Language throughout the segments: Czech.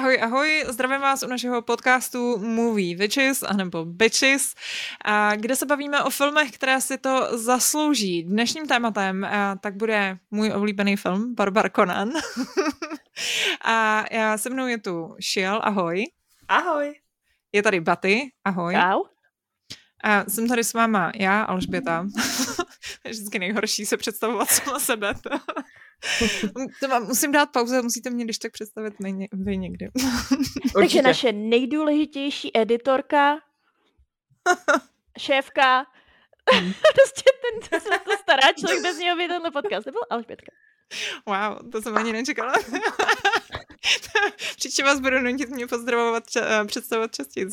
Ahoj, ahoj, zdravím vás u našeho podcastu Movie Witches, anebo Bitches, kde se bavíme o filmech, které si to zaslouží. Dnešním tématem tak bude můj oblíbený film Barbar Conan. A se mnou je tu Šiel, ahoj. Ahoj. Je tady Baty, ahoj. Čau. A jsem tady s váma já, Alžběta. Je vždycky nejhorší se představovat sama sebe. Musím dát pauzu, musíte mě když tak představit vy někdy. Takže naše nejdůležitější editorka, šéfka, prostě ten stará člověk, bez něho by tenhle podcast nebyl, Alžbětka. Wow, to jsem ani nečekala. Příště vás budu nutit mě pozdravovat, představovat častěji.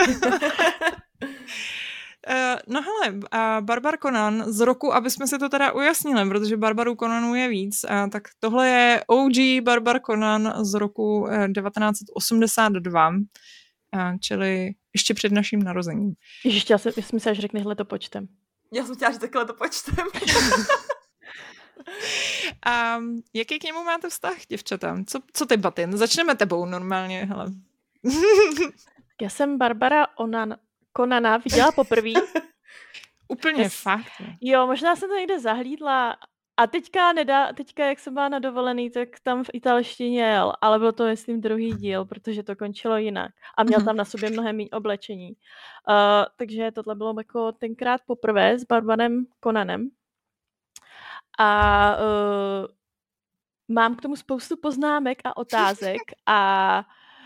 No hele, Barbar Conan z roku, aby jsme si to teda ujasnili, protože Barbarů Conanů je víc, tak tohle je OG Barbar Conan z roku 1982, čili ještě před naším narozením. Ježiš, já jsem myslela, že řekneš letopočtem. Já jsem chtěla, že takhle letopočtem. A jaký k němu máte vztah, děvčata? Co ty, Baty? Začneme tebou normálně, hele. Já jsem Barbara Conana viděla poprvé. Úplně fakt. Jo, možná jsem to někde zahlídla a teďka, jak jsem byla na dovolený, tak tam v italštině jel, ale byl to, myslím, druhý díl, protože to končilo jinak a měl tam na sobě mnohem méně oblečení. Takže tohle bylo jako tenkrát poprvé s Barbarem Conanem. A mám k tomu spoustu poznámek a otázek a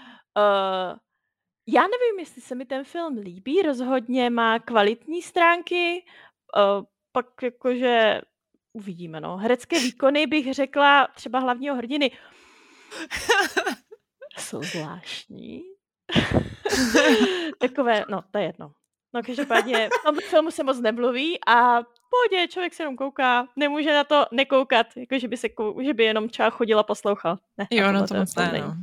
já nevím, jestli se mi ten film líbí, rozhodně má kvalitní stránky, pak jakože uvidíme, no. Herecké výkony bych řekla třeba hlavního hrdiny jsou zvláštní. Takové, no, to je jedno. No, každopádně v tom filmu se moc nemluví a pohodě, člověk se jenom kouká, nemůže na to nekoukat, jako že by jenom třeba chodila poslouchal. Ne, jo, na to moc ne, no.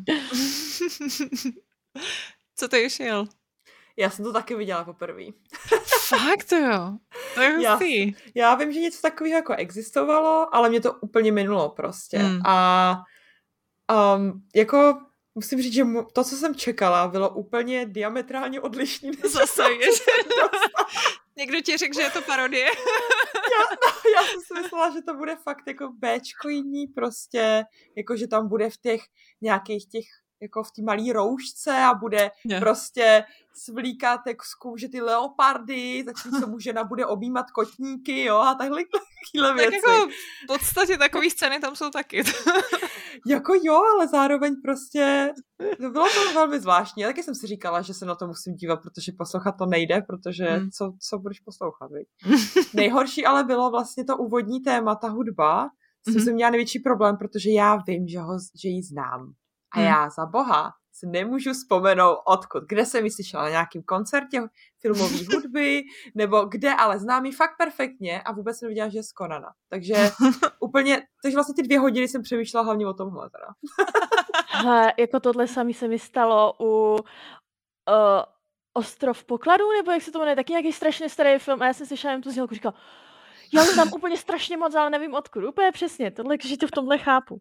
Co ty už jel? Já jsem to taky viděla poprvé. Fakt jo? To je hustý. Já vím, že něco takového jako existovalo, ale mě to úplně minulo prostě. A jako musím říct, že to, co jsem čekala, bylo úplně diametrálně odlišný. Zase někdo ti řekl, že je to parodie? Já jsem si myslela, že to bude fakt jako béčko jiný prostě, jako že tam bude v těch nějakých těch jako v té malý roušce a bude prostě svlíkat jako z kůže ty leopardy, zatímco mu žena bude objímat kotníky, jo, a takhle věci. Tak jako v podstatě takový scény tam jsou taky. Jako jo, ale zároveň prostě to bylo to velmi zvláštní. Já taky jsem si říkala, že se na to musím dívat, protože poslouchat to nejde, protože co budeš poslouchat, viď? Nejhorší ale bylo vlastně to úvodní téma, ta hudba. Jsem měla největší problém, protože já vím, že ji znám. A já za boha si nemůžu vzpomenout odkud. Kde jsem ji slyšela? Na nějakém koncertě filmové hudby, nebo kde, ale znám ji fakt perfektně a vůbec jsem nevěděla, že je z Conana. Takže vlastně ty 2 hodiny jsem přemýšlela hlavně o tomhle teda. Jako tohle samé se mi stalo u Ostrov pokladů, nebo jak se to jmenuje, taky nějaký strašně starý film a já jsem slyšela jen tu znělku, říkala, já to znám úplně strašně moc, ale nevím odkud. Úplně přesně, že to v tomhle chápu.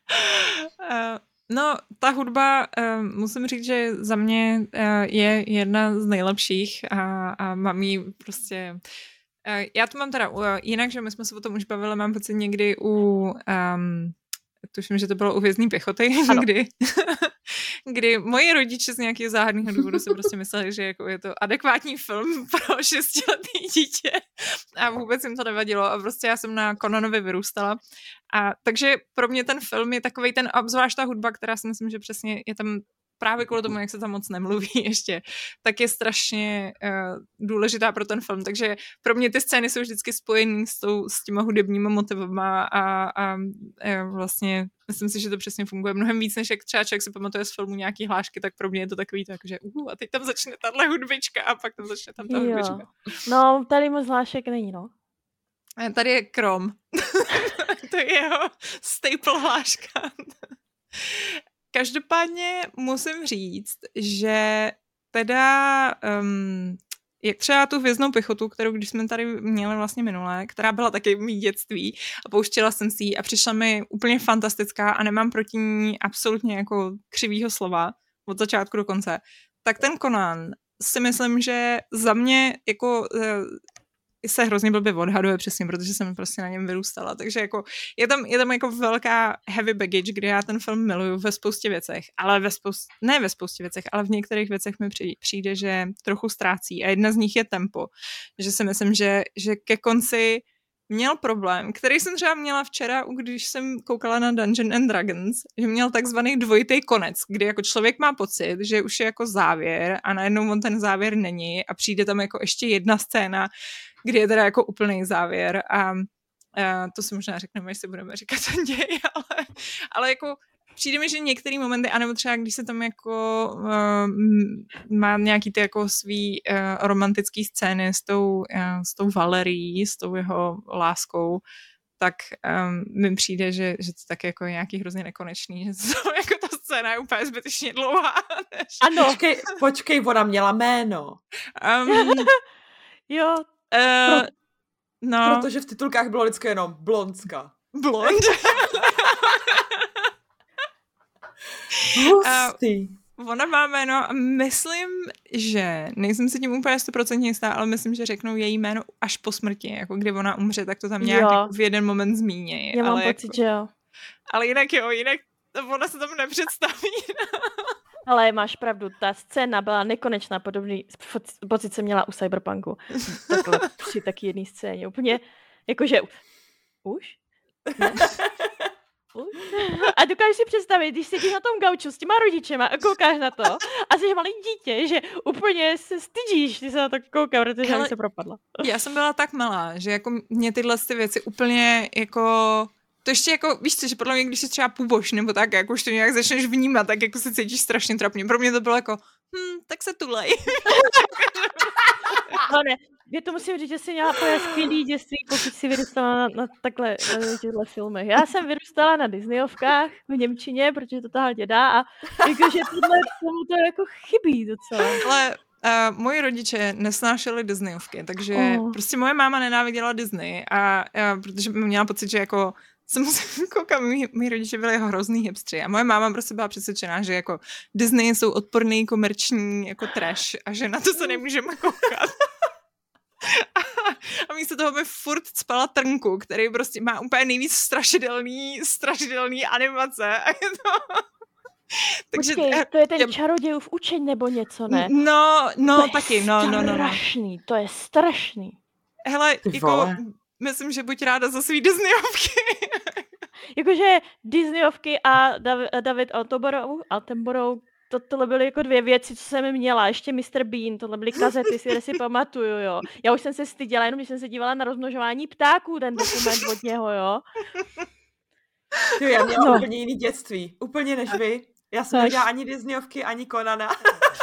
No, ta hudba, musím říct, že za mě je jedna z nejlepších a mám jí prostě... Já to mám teda jinak, že my jsme se o tom už bavili, mám pocit někdy tuším, že to bylo u Hvězdné pěchoty, kdy moji rodiče z nějakého záhadného důvodu si prostě mysleli, že jako je to adekvátní film pro 6letý dítě a vůbec jim to nevadilo a prostě já jsem na Conanovi vyrůstala a takže pro mě ten film je takovej ten, obzvlášť ta hudba, která si myslím, že přesně je tam právě kvůli tomu, jak se tam moc nemluví ještě, tak je strašně důležitá pro ten film. Takže pro mě ty scény jsou vždycky spojený s těma hudebníma motivama a vlastně myslím si, že to přesně funguje mnohem víc, než jak třeba člověk si pamatuje z filmu nějaký hlášky, tak pro mě je to takový tak, že a teď tam začne tahle hudbička a pak tam začne tam ta hudbička. No, tady moc hlášek není, no. Tady je Krom. To je jeho staple hláška. Každopádně musím říct, že teda jak třeba tu Hvězdnou pěchotu, kterou když jsme tady měli vlastně minule, která byla taky mý dětství a pouštěla jsem si ji a přišla mi úplně fantastická a nemám proti ní absolutně jako křivýho slova. od začátku do konce, tak ten Conan si myslím, že za mě jako se hrozně blbě odhaduje přesně, protože jsem prostě na něm vyrůstala, takže jako je tam jako velká heavy baggage, kdy já ten film miluju ve spoustě věcech, ale ne ve spoustě věcech, ale v některých věcech mi přijde, že trochu ztrácí a jedna z nich je tempo, že si myslím, že ke konci měl problém, který jsem třeba měla včera, když jsem koukala na Dungeons and Dragons, že měl takzvaný dvojitý konec, kdy jako člověk má pocit, že už je jako závěr a najednou on ten závěr není a přijde tam jako ještě jedna scéna, kdy je teda jako úplný závěr a to si možná řekneme, až se budeme říkat ten děj, ale jako přijde mi, že některé momenty, anebo třeba když se tam jako má nějaký ty jako svý romantický scény s tou Valerií, s tou jeho láskou, tak mi přijde, že to tak jako je nějaký hrozně nekonečný, že to, jako ta scéna je úplně zbytečně dlouhá. Ano. Počkej, ona měla jméno. Jo. No. Protože v titulkách bylo vždycky jenom Blondska. Blond. Hustý. Ona má jméno a myslím, že nejsem si tím úplně 100% jistá, ale myslím, že řeknou její jméno až po smrti, jako kdy ona umře, tak to tam nějak jako v jeden moment zmínějí. Já mám pocit, že jo. Ale jinak ona se tam nepředstaví. Ale máš pravdu, ta scéna byla nekonečná, podobný pocit jsem měla u Cyberpunku. Takhle při taky jedné scéně. Úplně, jakože už? Ne. A dokážeš si představit, když sedíš na tom gauču s těma rodičema a koukáš na to a jsi malý dítě, že úplně se stydíš, když se na to kouká, protože jsem se propadla. Já jsem byla tak malá, že jako mě tyhle ty věci úplně jako... To ještě jako, víš co, že podle mě, když jsi třeba půboš, nebo tak, jako už to nějak začneš vnímat, tak jako se cítíš strašně trapně. Pro mě to bylo jako, tak se tulej. No ne, já to musím říct, že jsi měla úplně skvělý dětství, pokud jsi vyrůstala na takhle těchto filmech. Já jsem vyrůstala na Disneyovkách v němčině, protože to tahal děda a jakože tohle tomu to jako chybí docela. Ale moji rodiče nesnášeli Disneyovky, takže prostě moje máma nenáviděla Disney a protože měla pocit, že jako jsem koukala, mý rodiče byli jako hrozný hipstři a moje máma prostě byla přesvědčená, že jako Disney jsou odporný komerční jako trash a že na to se nemůžeme koukat. A místo toho mi furt cpala Trnku, který prostě má úplně nejvíc strašidelný animace a je to... Takže počkej, to je ten čarodějův učeň nebo něco, ne? No, taky, no. To je strašný. Hele, jako, myslím, že buď ráda za svý Disneyovky. Jakože Disneyovky a David Attenborough, tohle byly jako dvě věci, co jsem měla. Ještě Mr. Bean, tohle byly kazety, které si pamatuju, jo. Já už jsem se styděla, jenom když jsem se dívala na rozmnožování ptáků, ten dokument od něho, jo. Já měla úplně jiný dětství. Úplně než vy. Já jsem nedělala ani Disneyovky, ani Conana.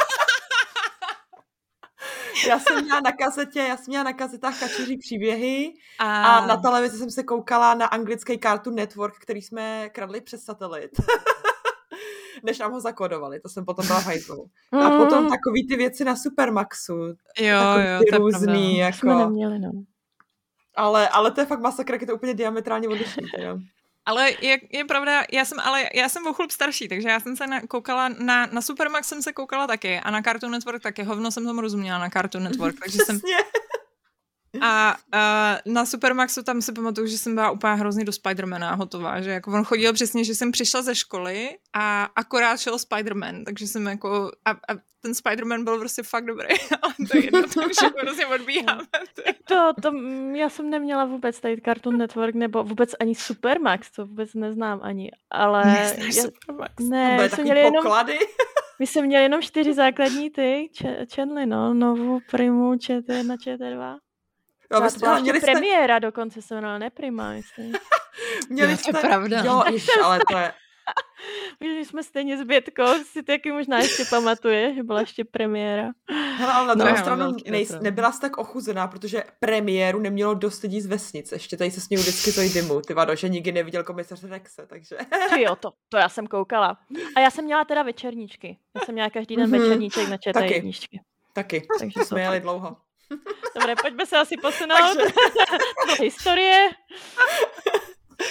Já jsem měla na kazetách Kačeří příběhy a na televizi jsem se koukala na anglický Cartoon Network, který jsme kradli přes satelit. Než nám ho zakodovali, to jsem potom byla v hajzlu. A potom takový ty věci na Supermaxu. Jo, ty různý, jako... Jsme neměli, no. Ale to je fakt masakr, jak je to úplně diametrálně odlišný. Ale je pravda, já jsem o chlup starší, takže já jsem se koukala na Supermax jsem se koukala taky a na Cartoon Network taky. Hovno jsem tomu rozuměla na Cartoon Network, takže jsem... A na Supermaxu tam si pamatuju, že jsem byla úplně hrozně do Spidermana hotová, že jako on chodil přesně, že jsem přišla ze školy a akorát šel Spiderman, takže jsem jako a ten Spiderman byl prostě fakt dobrý, ale to je jedno, to už jako hrozně odbíháme. To já jsem neměla vůbec tady Cartoon Network, nebo vůbec ani Supermax, to vůbec neznám ani, ale... Neznáš Supermax? Ne, my jsme měli jenom 4 základní channely, no, Novu, Primu, ČT1, ČT2. Jo, měli premiéra dokonce se jmenala, ne Prima, myslím. Měli jste... To je pravda. Jo, ale to je... My jsme stejně s Bětkou, si to jaký možná ještě pamatuje, že byla ještě premiéra. Hele, ale na druhou stranu nebyla jsi tak ochuzená, protože premiéru nemělo dost lidí z vesnic. Ještě tady se směju vždycky to dymu, ty vado, že nikdy neviděl Komisaře Rexe, takže... Jo, to já jsem koukala. A já jsem měla teda večerníčky. Já jsem měla každý den večerníček na ČT1. Taky, takže jsme jeli dlouho. Dobré, pojďme se asi posunout do historie.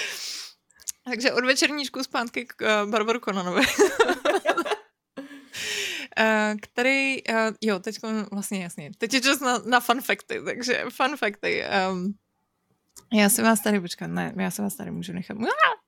Takže od večerníčku zpátky k Barboru Conanovi. který, jo, teď vlastně jasně, teď je čas na fun facty, takže fun facty. Já se vás tady, já se vás tady můžu nechat.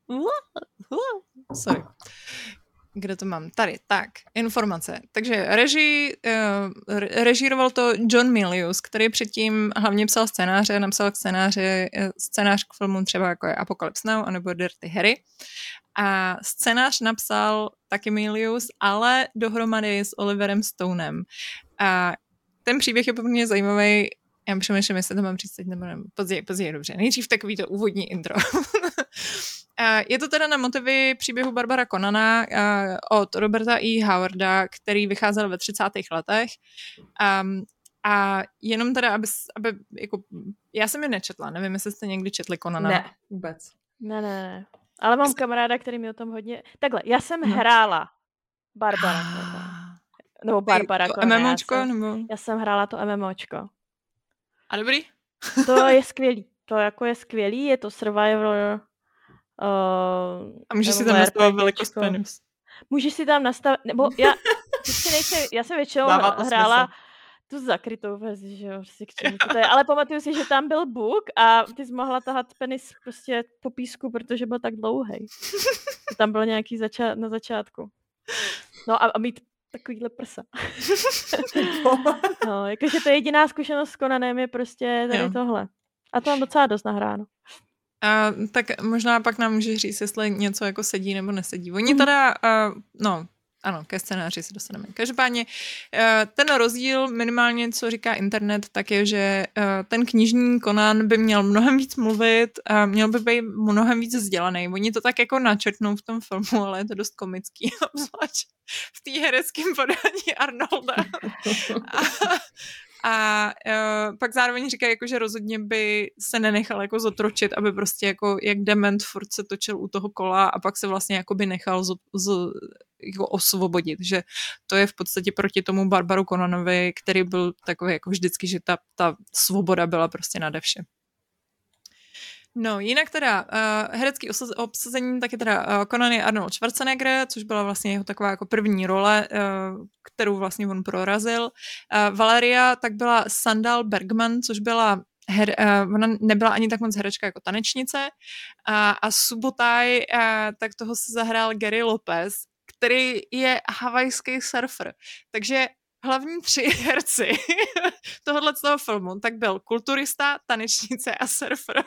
Sorry. Kde to mám? Tady, tak, informace. Takže režíroval to John Milius, který předtím hlavně psal scénáře, napsal scénář k filmům třeba jako je Apocalypse Now anebo Dirty Harry. A scénář napsal taky Milius, ale dohromady s Oliverem Stonem. A ten příběh je poměrně zajímavý. Já přemýšlím, jestli to mám představit, nebo později, dobře. Nejdřív takový to úvodní intro. Je to teda na motivy příběhu Barbara Conana od Roberta E. Howarda, který vycházel ve 30. letech. A jenom teda, aby jako, já jsem je nečetla, nevím, jestli jste někdy četli Conana. Ne, vůbec. Ne. Ale mám kamaráda, který mi o tom hodně... Takhle, já jsem hrála Barbara Conana. Nebo Barbara Conana. MMOčko? Já jsem hrála to MMOčko. A dobrý? To je skvělý. To jako je skvělý, je to survival. A můžeš si tam nastavit velikost penis. Můžeš si tam nastavit, nebo já jsem většinou hrála tu zakrytou verzi, že jo, prostě k čemu to je, ale pamatuju si, že tam byl bug a ty jsi mohla tahat penis prostě po písku, protože byl tak dlouhej. Tam bylo nějaký na začátku. No a mít takovýhle prsa. No, jakože to je jediná zkušenost s Conanem je prostě tady tohle. A to mám docela dost nahráno. Tak možná pak nám můžeš říct, jestli něco jako sedí nebo nesedí. Oni teda, ano, ke scénáři se dostaneme. Každopádně ten rozdíl minimálně, co říká internet, tak je, že ten knižní Conan by měl mnohem víc mluvit a měl by být mnohem víc vzdělaný. Oni to tak jako načrtnou v tom filmu, ale je to dost komický, obzvlášť v té hereckém podání Arnolda. A pak zároveň říkají, jako, že rozhodně by se nenechal jako zotročit, aby prostě jako jak dement furt se točil u toho kola a pak se vlastně jako by nechal jako osvobodit, že to je v podstatě proti tomu Barbaru Conanovi, který byl takový jako vždycky, že ta svoboda byla prostě nade vše. No, jinak teda herecký obsazení, tak je teda Conan je Arnold Schwarzenegger, což byla vlastně jeho taková jako první role, kterou vlastně on prorazil. Valeria tak byla Sandal Bergman, což byla ona nebyla ani tak moc herečka jako tanečnice. A Subotai, tak toho se zahrál Gary Lopez, který je havajský surfer. Takže hlavní 3 herci tohohle z toho filmu, tak byl kulturista, tanečnice a surfer.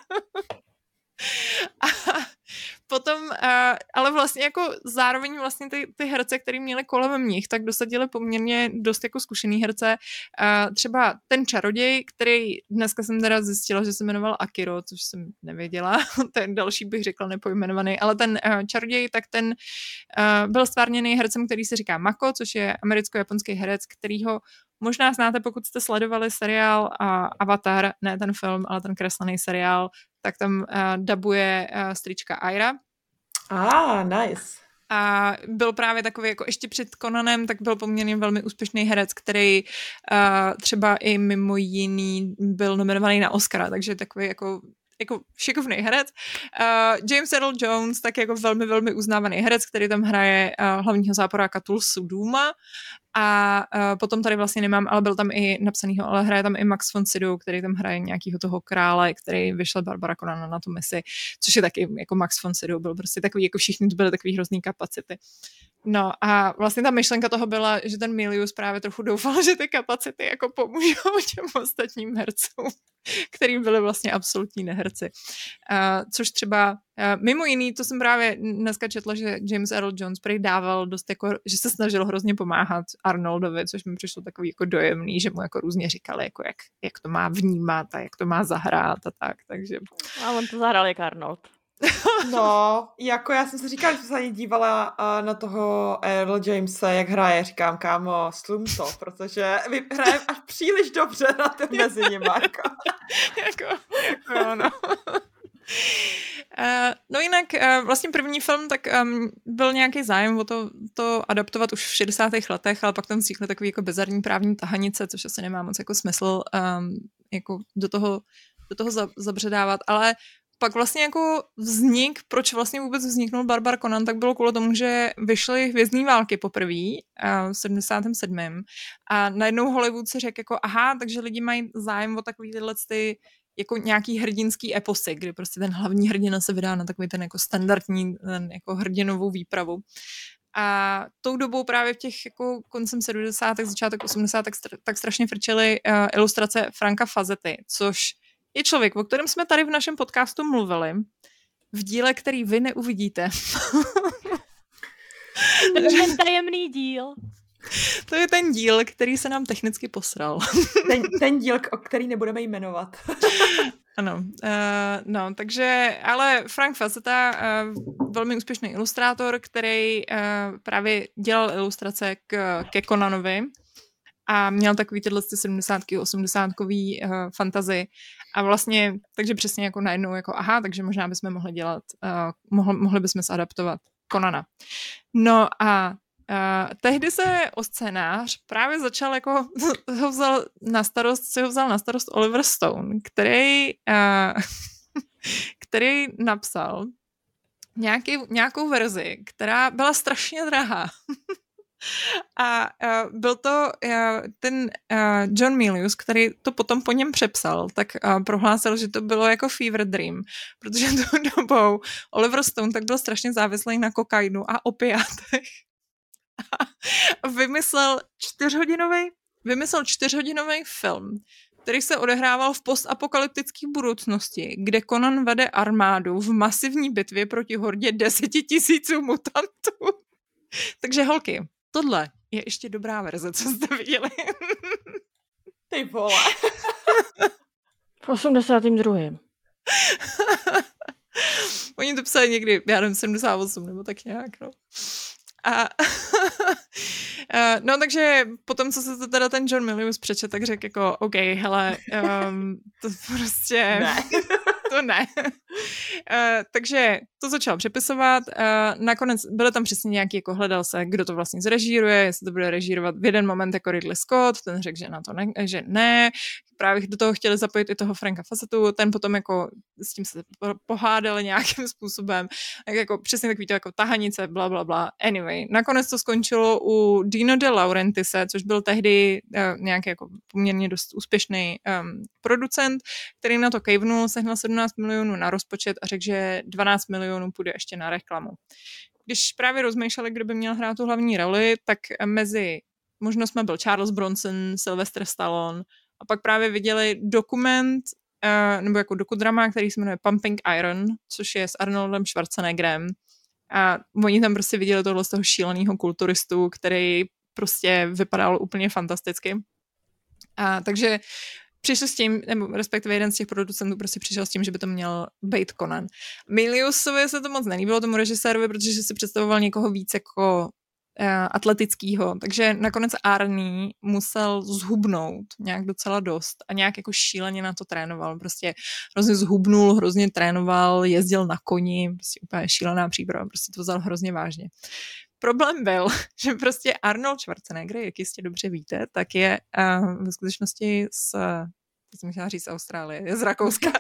A potom, ale vlastně jako zároveň vlastně ty herce, který měli kolem nich, tak dosadili poměrně dost jako zkušený herce. Třeba ten čaroděj, který dneska jsem teda zjistila, že se jmenoval Akiro, což jsem nevěděla, ten další bych řekla nepojmenovaný, ale ten čaroděj, tak ten byl stvárněný hercem, který se říká Mako, což je americko-japonský herec, kterýho možná znáte, pokud jste sledovali seriál Avatar, ne ten film, ale ten kreslený seriál, tak tam dabuje strička Aira. Nice. A byl právě takový, jako ještě před Conanem, tak byl poměrně velmi úspěšný herec, který třeba i mimo jiný byl nominovaný na Oscara, takže takový jako šikovný herec. James Earl Jones, tak jako velmi, velmi uznávaný herec, který tam hraje hlavního záporáka Tulsu Dooma. A potom tady vlastně nemám, ale byl tam i napsanýho, ale hraje tam i Max von Sydow, který tam hraje nějakýho toho krále, který vyšel Barbara Conana na tu misi, což je taky jako Max von Sydow, byl prostě takový, jako všichni to byly takový hrozný kapacity. No a vlastně ta myšlenka toho byla, že ten Milius právě trochu doufal, že ty kapacity jako pomůžou těm ostatním hercům, který byli vlastně absolutní neherci. Což třeba mimo jiný, to jsem právě dneska četla, že James Earl Jones prý dával dost jako, že se snažil hrozně pomáhat Arnoldovi, což mi přišlo takový jako dojemný, že mu jako různě říkali, jako jak to má vnímat a jak to má zahrát a tak, takže. A on to zahrál jak Arnold. No, jako já jsem si říkala, že jsem se ani dívala na toho Earl Jamese, jak hraje, říkám, kámo, slum to, protože hraje až příliš dobře na to mezi nima, jako no. No jinak vlastně první film, tak byl nějaký zájem o to adaptovat už v 60. letech, ale pak tam vznikly takový jako bizarní právní tahanice, což asi nemá moc jako smysl jako do toho zabředávat, ale pak vlastně jako proč vlastně vůbec vzniknul Barbar Conan, tak bylo kvůli tomu, že vyšly Hvězdní války poprvé v 77. A najednou Hollywood si řekl jako aha, takže lidi mají zájem o takový tyhle jako nějaký hrdinský eposy, kdy prostě ten hlavní hrdina se vydá na takový ten jako standardní jako hrdinovou výpravu. A tou dobou právě v těch jako koncem 70. začátek 80. tak strašně frčely ilustrace Franka Fazetty, což je člověk, o kterém jsme tady v našem podcastu mluvili, v díle, který vy neuvidíte. To je ten tajemný díl. To je ten díl, který se nám technicky posral. Ten díl, o který nebudeme jmenovat. Ano, no, takže, ale Frank Frazetta, velmi úspěšný ilustrátor, který právě dělal ilustrace ke Conanovi a měl takový tyhle 70. 80kový fantasy a vlastně, takže přesně jako najednou jako aha, takže možná bychom mohli dělat, mohli bychom adaptovat Conana. No a tehdy se o scénář právě začal jako, ho vzal na starost Oliver Stone, který napsal nějakou verzi, která byla strašně drahá. A byl to ten John Milius, který to potom po něm přepsal, tak prohlásil, že to bylo jako fever dream, protože tou dobou Oliver Stone tak byl strašně závislý na kokainu a opiátech. A vymyslel 4hodinový film, který se odehrával v postapokalyptické budoucnosti, kde Conan vede armádu v masivní bitvě proti hordě 10 000 mutantů. Takže holky, tohle je ještě dobrá verze, co jste viděli. Ty vole. V 82. Oni to psali někdy, já nevím, 78 nebo tak nějak, no. No takže potom, co se to teda ten John Milius přečet, tak řekl jako OK, hele, to prostě... Ne. To ne. Takže to začal přepisovat. Nakonec byly tam přesně nějaký, jako hledal se, kdo to vlastně zrežíruje, jestli to bude režírovat v jeden moment jako Ridley Scott, ten řekl, že na to ne, že ne. Právě do toho chtěli zapojit i toho Franka Fazettu, ten potom jako s tím se pohádali nějakým způsobem, tak jako přesně takový to jako tahanice, bla, bla, bla. Anyway, nakonec to skončilo u Dino De Laurentise, což byl tehdy nějaký jako poměrně dost úspěšný producent, který na to kejvnul, sehnal 17 milionů na rozpočet a řekl, že 12 milionů půjde ještě na reklamu. Když právě rozmýšleli, kdo by měl hrát tu hlavní roli, tak mezi možnostmi byl Charles Bronson, Sylvester Stallone a pak právě viděli dokument, nebo jako dokudrama, který se jmenuje Pumping Iron, což je s Arnoldem Schwarzeneggerem. A oni tam prostě viděli tohle z toho šíleného kulturistu, který prostě vypadal úplně fantasticky. A takže přišel s tím, nebo respektive jeden z těch producentů prostě přišel s tím, že by to měl být Conan. Miliusovi se to moc nelíbilo, tomu režisérovi, protože si představoval někoho víc jako atletického, takže nakonec Arnie musel zhubnout nějak docela dost a nějak jako šíleně na to trénoval, prostě hrozně zhubnul, hrozně trénoval, jezdil na koni, prostě úplně šílená příprava, prostě to vzal hrozně vážně. Problém byl, že prostě Arnold Schwarzenegger, jak jistě dobře víte, tak je ve skutečnosti teď jsem chtěla říct Austrálie, je z Rakouska.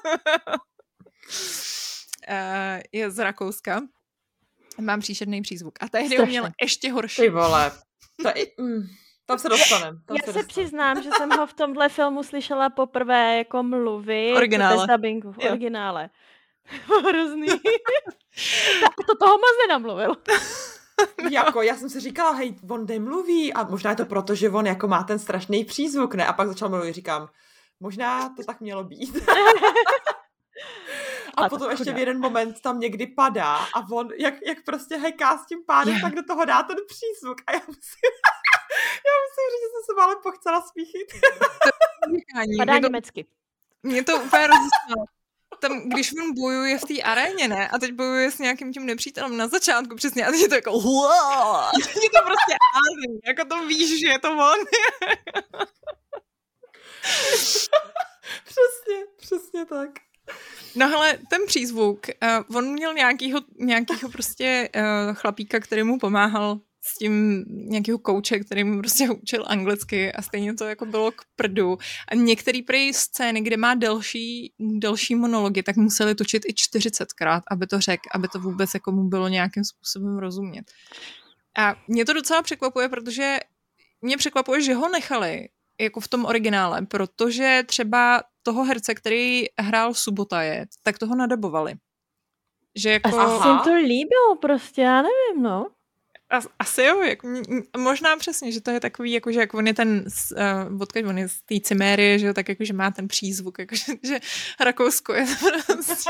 Je z Rakouska. Mám příšerný přízvuk. A tehdy ho měl ještě horší. Ty vole. Tam se dostanem. Já se přiznám, že jsem ho v tomhle filmu slyšela poprvé jako mluvit. Originále. Bez dabingu, v originále. Hrozný. To toho moc nenamluvil. Jako, já jsem si říkala, hej, on nemluví a možná je to proto, že on jako má ten strašný přízvuk, ne? A pak začal mluvit, říkám, možná to tak mělo být. A potom ještě v jeden moment tam někdy padá a on, jak prostě heká s tím pádem, tak do toho dá ten přízvuk. A já musím říct, že jsem se málem pochcela smíchit. Padá německy. Mě to úplně rozesmělo. Tam, když on bojuje v té aréně, ne? A teď bojuje s nějakým tím nepřítelem na začátku přesně a teď je to jako je to prostě Arnie, jako to víš, že je to on. Přesně tak. No hele, ten přízvuk, on měl nějakýho prostě chlapíka, který mu pomáhal s tím nějakého kouče, který mu prostě učil anglicky a stejně to jako bylo k prdu. A některý prej scény, kde má delší monology, tak museli točit i 40krát, aby to řekl, aby to vůbec jako mu bylo nějakým způsobem rozumět. A mě to docela překvapuje, protože mě překvapuje, že ho nechali jako v tom originále, protože třeba toho herce, který hrál Subotaje, tak toho nadabovali. Že jako... Asi jim to líbilo prostě, já nevím, no. Asi jo, jako, možná přesně, že to je takový, jako, že jak on je ten, odkud on je z té Cimérie, že jo, tak jako, že má ten přízvuk, jako, že Rakousko je prostě...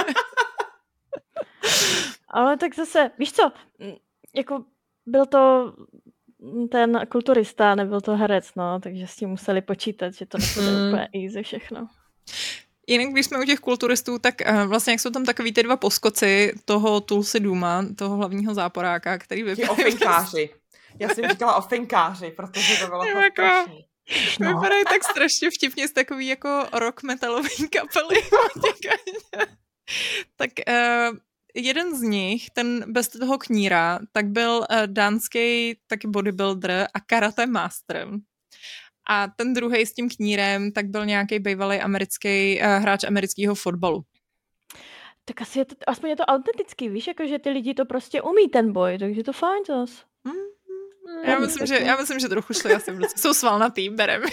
Ale tak zase, víš co, jako byl to ten kulturista, nebyl to herec, no, takže s tím museli počítat, že to nebude úplně easy všechno. Jinak, když jsme u těch kulturistů, tak vlastně jak jsou tam takový ty dva poskoci toho Tulsi Duma, toho hlavního záporáka, který vypadají... Ofinkáři. Já jsem říkala ofinkáři, protože to bylo jako, vypadají tak strašně vtipně z takový jako rock metalový kapely. Tak jeden z nich, ten bez toho kníra, tak byl dánský taky bodybuilder a karate master. A ten druhej s tím knírem, tak byl nějaký bývalý americký hráč amerického fotbalu. Tak asi je to, aspoň je to autentický, víš, jako že ty lidi to prostě umí ten boj, takže to fajn zas. Já myslím, že trochu šli asi jsou svalnatý, bereme.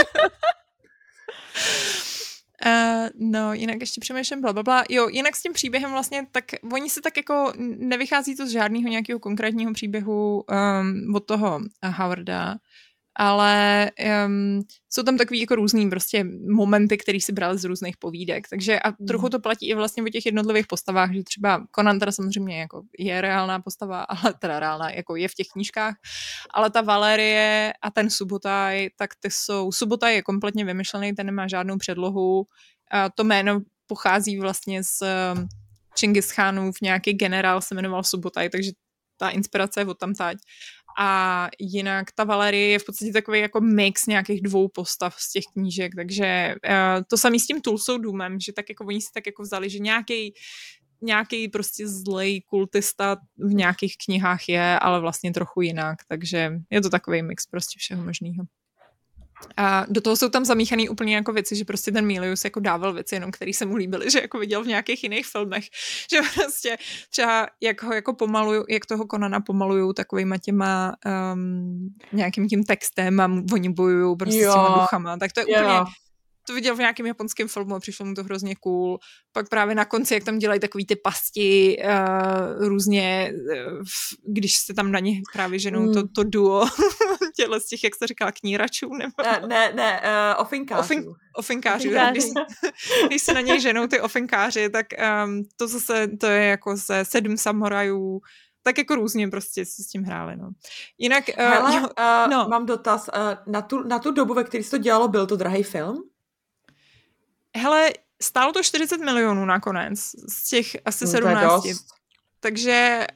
No, jinak ještě přemýšlím blablabla. Jo, jinak s tím příběhem vlastně, tak oni si tak jako nevychází to z žádného nějakého konkrétního příběhu od toho Howarda, ale jsou tam takový jako různý prostě momenty, který si brali z různých povídek, takže a trochu to platí i vlastně o těch jednotlivých postavách, že třeba Conan teda samozřejmě jako je reálná postava, ale teda reálná, jako je v těch knížkách, ale ta Valérie a ten Subotaj, tak ty jsou, Subotaj je kompletně vymyšlený, ten nemá žádnou předlohu, a to jméno pochází vlastně z Čingischánův nějaký generál se jmenoval Subotaj, takže ta inspirace je odtamtať. A jinak ta Valérie je v podstatě takový jako mix nějakých dvou postav z těch knížek, takže to samý s tím Tulsou Doomem, že tak jako oni si tak jako vzali, že nějaký prostě zlej kultista v nějakých knihách je, ale vlastně trochu jinak, takže je to takový mix prostě všeho možného. A do toho jsou tam zamíchaný úplně jako věci, že prostě ten Milius jako dával věci jenom, který se mu líbily, že jako viděl v nějakých jiných filmech, že prostě třeba jak ho jako pomalují, jak toho Conana pomalujou takovýma těma nějakým tím textem a oni bojujou prostě s těma duchama, tak to je úplně... To viděl v nějakém japonském filmu a přišlo mu to hrozně cool. Pak právě na konci, jak tam dělají takový ty pasti různě, když se tam na ně právě ženou to duo těle z těch, jak se říká, kníračů, nebo... Ne, ofinkářů. Ofinkářů. Když se na něj ženou ty ofinkáři, tak to zase, to je jako ze 7 samurajů, tak jako různě prostě si s tím hráli, no. Jinak... Hele, mám dotaz. Na tu dobu, ve které se to dělalo, byl to drahý film? Hele, stálo to 40 milionů nakonec, z těch asi 17. Takže,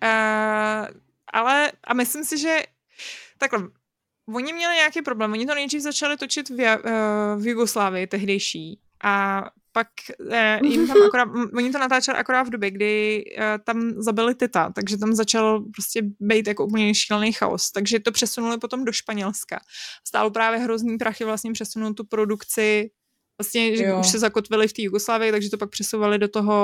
ale, a myslím si, že takhle, oni měli nějaký problém, oni to nejdřív začali točit v Jugoslávii tehdejší a pak jim tam oni to natáčeli akorát v době, kdy tam zabili Tita, takže tam začal prostě být jako úplně šílený chaos, takže to přesunuli potom do Španělska. Stálo právě hrozný prachy vlastně přesunout tu produkci vlastně, že už se zakotvili v té Jugoslávii, takže to pak přesouvali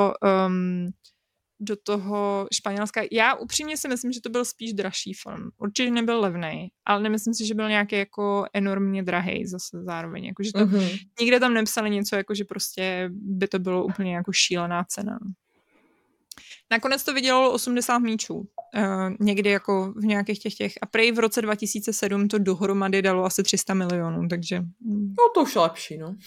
do toho Španělska. Já upřímně si myslím, že to byl spíš dražší film. Určitě nebyl levnej, ale nemyslím si, že byl nějaký jako enormně drahej zase zároveň. Jako, že to nikde tam nepsali něco, jako že prostě by to bylo úplně jako šílená cena. Nakonec to vydělalo 80 míčů. Někdy jako v nějakých těch. A prej v roce 2007 to dohromady dalo asi 300 milionů, takže... No to už je lepší, no.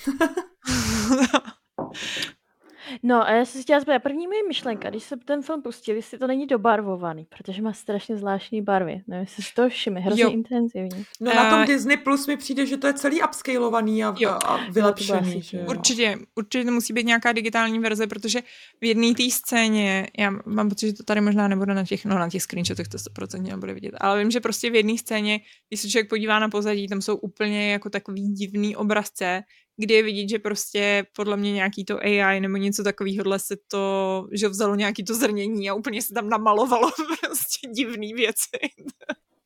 No a já jsem si chtěla zbavit, první moje myšlenka, když se ten film pustil, jestli to není dobarvovaný, protože má strašně zvláštní barvy. Nevím, jestli si to všimne, hrozně intenzivně. No na tom Disney Plus mi přijde, že to je celý upscalovaný a vylepšený. Určitě to musí být nějaká digitální verze, protože v jedné té scéně, já mám pocit, že to tady možná nebude na těch screenshotech, to 100% nebude vidět, ale vím, že prostě v jedné scéně, když se člověk podívá na pozadí, tam jsou úplně jako takový divný obrazce, kdy je vidět, že prostě podle mě nějaký to AI nebo něco takového se to, že vzalo nějaký to zrnění a úplně se tam namalovalo prostě divný věci.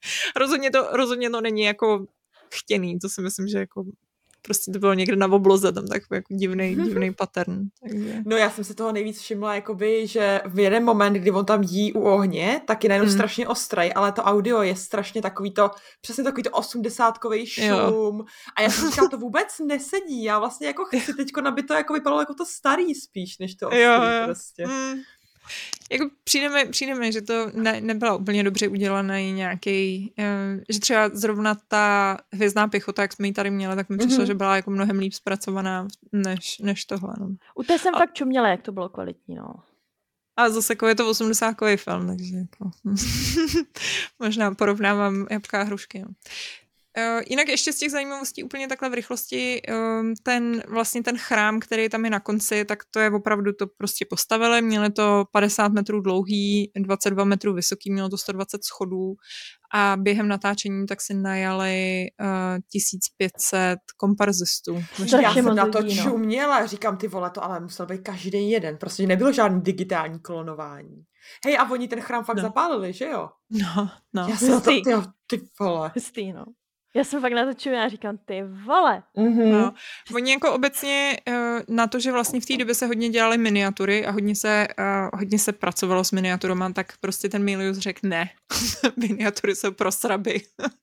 Rozhodně to není jako chtěný, to si myslím, že jako prostě to bylo někde na obloze, tam takový jako divný pattern. Takže. No já jsem si toho nejvíc všimla, jakoby, že v jeden moment, kdy on tam jí u ohně, tak je najednou strašně ostrý, ale to audio je strašně přesně takový to 80kový šum. Jo. A já jsem říkala, to vůbec nesedí. Já vlastně jako chci teďko, aby to jako vypadalo jako to starý spíš, než to ostrý prostě. Jako přijde mi, že to nebyla úplně dobře udělaný nějaký, že třeba zrovna ta Hvězdná pěchota, jak jsme ji tady měli, tak mi přišlo, že byla jako mnohem líp zpracovaná než tohle. No. U té jsem fakt čuměla, jak to bylo kvalitní, no. A zase jako je to 80kový film, takže jako možná porovnávám jabka a hrušky. No. Jinak ještě z těch zajímavostí úplně takhle v rychlosti, ten chrám, který tam je na konci, tak to je opravdu, to prostě postavili, měli to 50 metrů dlouhý, 22 metrů vysoký, mělo to 120 schodů a během natáčení tak si najali 1500 komparzistů. Já jsem na to čuměla, říkám, ty vole, to ale musel být každý jeden, prostě nebylo žádný digitální klonování. Hej, a oni ten chrám fakt zapálili, že jo? No. Já jsem na to, ty vole. Hustý, no. Já jsem fakt na to čuměla a říkám, ty vole. No. Oni jako obecně na to, že vlastně v té době se hodně dělaly miniatury a hodně se pracovalo s miniaturama, tak prostě ten Milius řekl ne. Miniatury jsou pro sraby.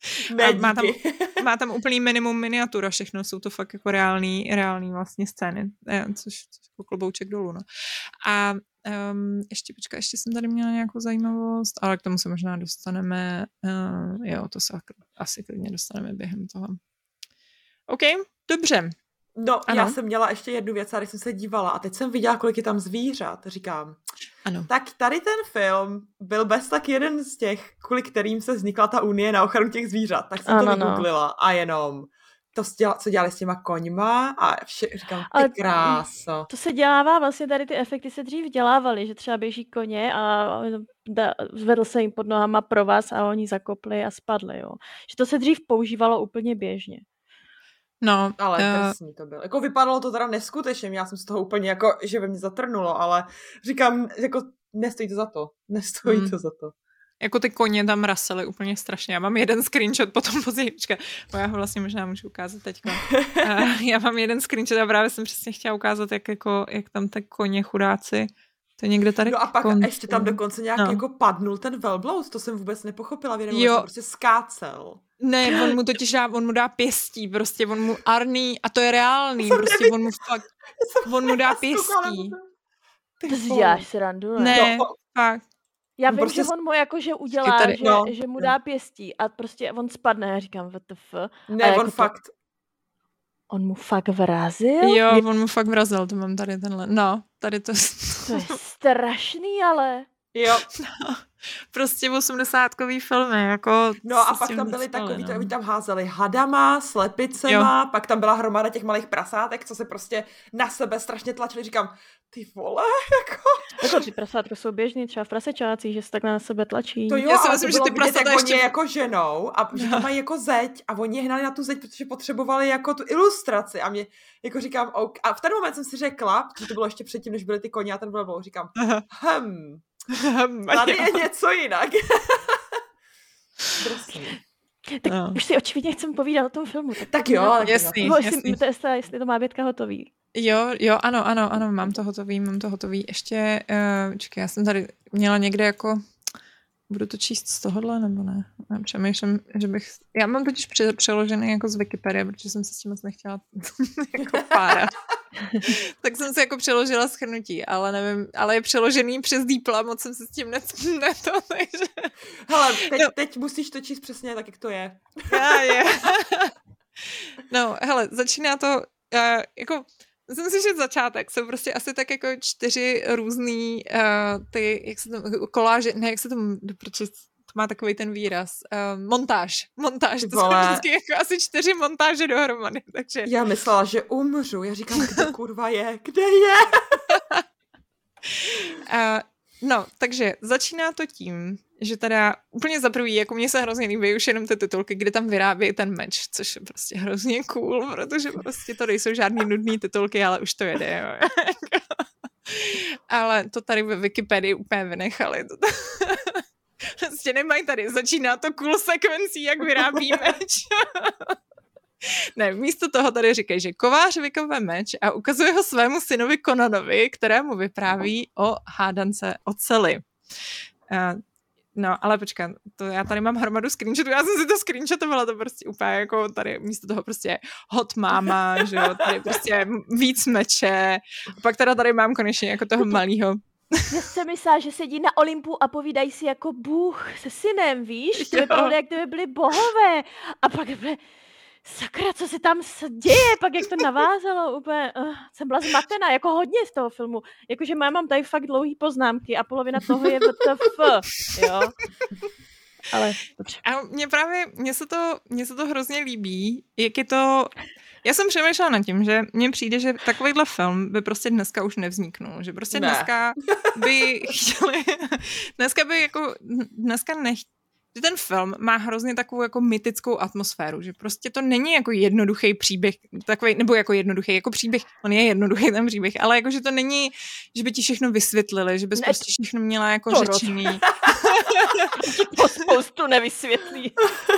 Má tam úplný minimum miniatura, všechno jsou to fakt jako reální vlastně scény, což jako klobouček dolů. No. A ještě jsem tady měla nějakou zajímavost, ale k tomu se možná dostaneme, to se asi klidně dostaneme během toho. OK, dobře. No, ano. Já jsem měla ještě jednu věc, když jsem se dívala a teď jsem viděla, kolik je tam zvířat, říkám. Ano. Tak tady ten film byl bez tak jeden z těch, kvůli kterým se vznikla ta Unie na ochranu těch zvířat, tak jsem to vygooglila a jenom to, co dělali s těma koňma a říkám, ty kráso. To se dělává, vlastně tady ty efekty se dřív dělávaly, že třeba běží koně a zvedl se jim pod nohama provaz a oni zakopli a spadli, jo. Že to se dřív používalo úplně běžně. No, ale drsný to bylo. Jako vypadalo to teda neskutečně, já jsem z toho úplně jako, že ve mě zatrnulo, ale říkám, jako nestojí to za to. Jako ty koně tam rasely úplně strašně. Já mám jeden screenshot potom později. Já ho vlastně možná můžu ukázat teďka. Já mám jeden screenshot a právě jsem přesně chtěla ukázat, jak tam ty koně chudáci. To je někde tady. No a pak ještě tam dokonce nějak jako padnul ten velbloud, to jsem vůbec nepochopila, věděla, že prostě skácel. Ne, on mu dá pěstí, prostě on mu Arný, a to je reálný, prostě on mu dá pěstí. To si děláš srandu, ne? Ne, fakt. Já vím, prostě že on mu jakože udělá, že mu dá pěstí a prostě on spadne. Já říkám, WTF. Ne, on fakt. On mu fakt vrazil? Jo, on mu fakt vrazil, to mám tady tenhle. No, tady to. To je strašný, ale. Jo. No, prostě 80kový filmy, jako. No a pak tam byly takový, oni tam házeli hadama, slepicema, pak tam byla hromada těch malých prasátek, co se prostě na sebe strašně tlačili. Říkám, ty vole, jako ty prasátka jsou běžný, třeba v prasečácích, že se tak na sebe tlačí. To jo, já si myslím, že ty prasátka ještě. Oni jako ženou a že tam mají jako zeď a oni je hnali na tu zeď, protože potřebovali jako tu ilustraci a mě jako říkám, a v ten moment jsem si řekla, protože to bylo ještě předtím, než byly ty koně a ten byl, říkám, tady je něco jinak. Tak už si očividně chcem povídat o tom filmu. Tak jo. Jasný. Jestli to má Bětka hotový. Jo, ano, mám to hotový. Ještě, já jsem tady měla někde jako, budu to číst z tohohle, nebo ne? Já přemýšlím, že bych, já mám totiž přeložený jako z Wikipedie, protože jsem se s tím moc nechtěla jako párat. Tak jsem si jako přeložila shrnutí, ale nevím, ale je přeložený přes Deepla, moc jsem se s tím takže. Hele, teď musíš to číst přesně tak, jak to je. Je. No, hele, začíná to, jako, myslím si, že začátek jsou prostě asi tak jako 4 různý ty, jak se to, koláže, ne, jak se to, protože to má takový ten výraz, montáž, to jsou vždycky jako asi 4 montáže dohromady, takže. Já myslela, že umřu, já říkám, kde kurva je, kde je? No, takže začíná to tím, že teda úplně za prvý, jako mně se hrozně líbí už jenom ty titulky, kde tam vyrábí ten meč, což je prostě hrozně cool, protože prostě to nejsou žádný nudný titulky, ale už to jede, jo. Ale to tady ve Wikipedii úplně vynechali. Prostě nemají tady, začíná to cool sekvencí, jak vyrábí meč. Ne, místo toho tady říkají, že kovář vykove meč a ukazuje ho svému synovi Conanovi, kterému vypráví o hádance oceli. No, ale počkej, to já tady mám hromadu screenshotů, já jsem si to screenshotovala, to prostě úplně jako tady místo toho prostě hot máma, že jo, tady prostě víc meče, a pak teda tady mám konečně jako toho malýho. Já jsem myslela, že sedí na Olympu a povídají si jako Bůh se synem, víš? To vypadalo, jak kdyby byli bohové. A pak byly, sakra, co se tam děje? Pak jak to navázalo, úplně, jsem byla zmatená, jako hodně z toho filmu. Jakože mám tady fakt dlouhý poznámky a polovina toho je WTF, jo? Ale dobře. A mně se to hrozně líbí, jak je to... Já jsem přemýšlela nad tím, že mně přijde, že takovýhle film by prostě dneska už nevzniknul. Že prostě dneska by chtěli... Že ten film má hrozně takovou jako mytickou atmosféru, že prostě to není jako jednoduchý příběh, takový, nebo jako jednoduchý, jako příběh, on je jednoduchý ten příběh, ale jako, že to není, že by ti všechno vysvětlili, že bys prostě všechno měla jako řečený. Ti to spoustu nevysvětlí.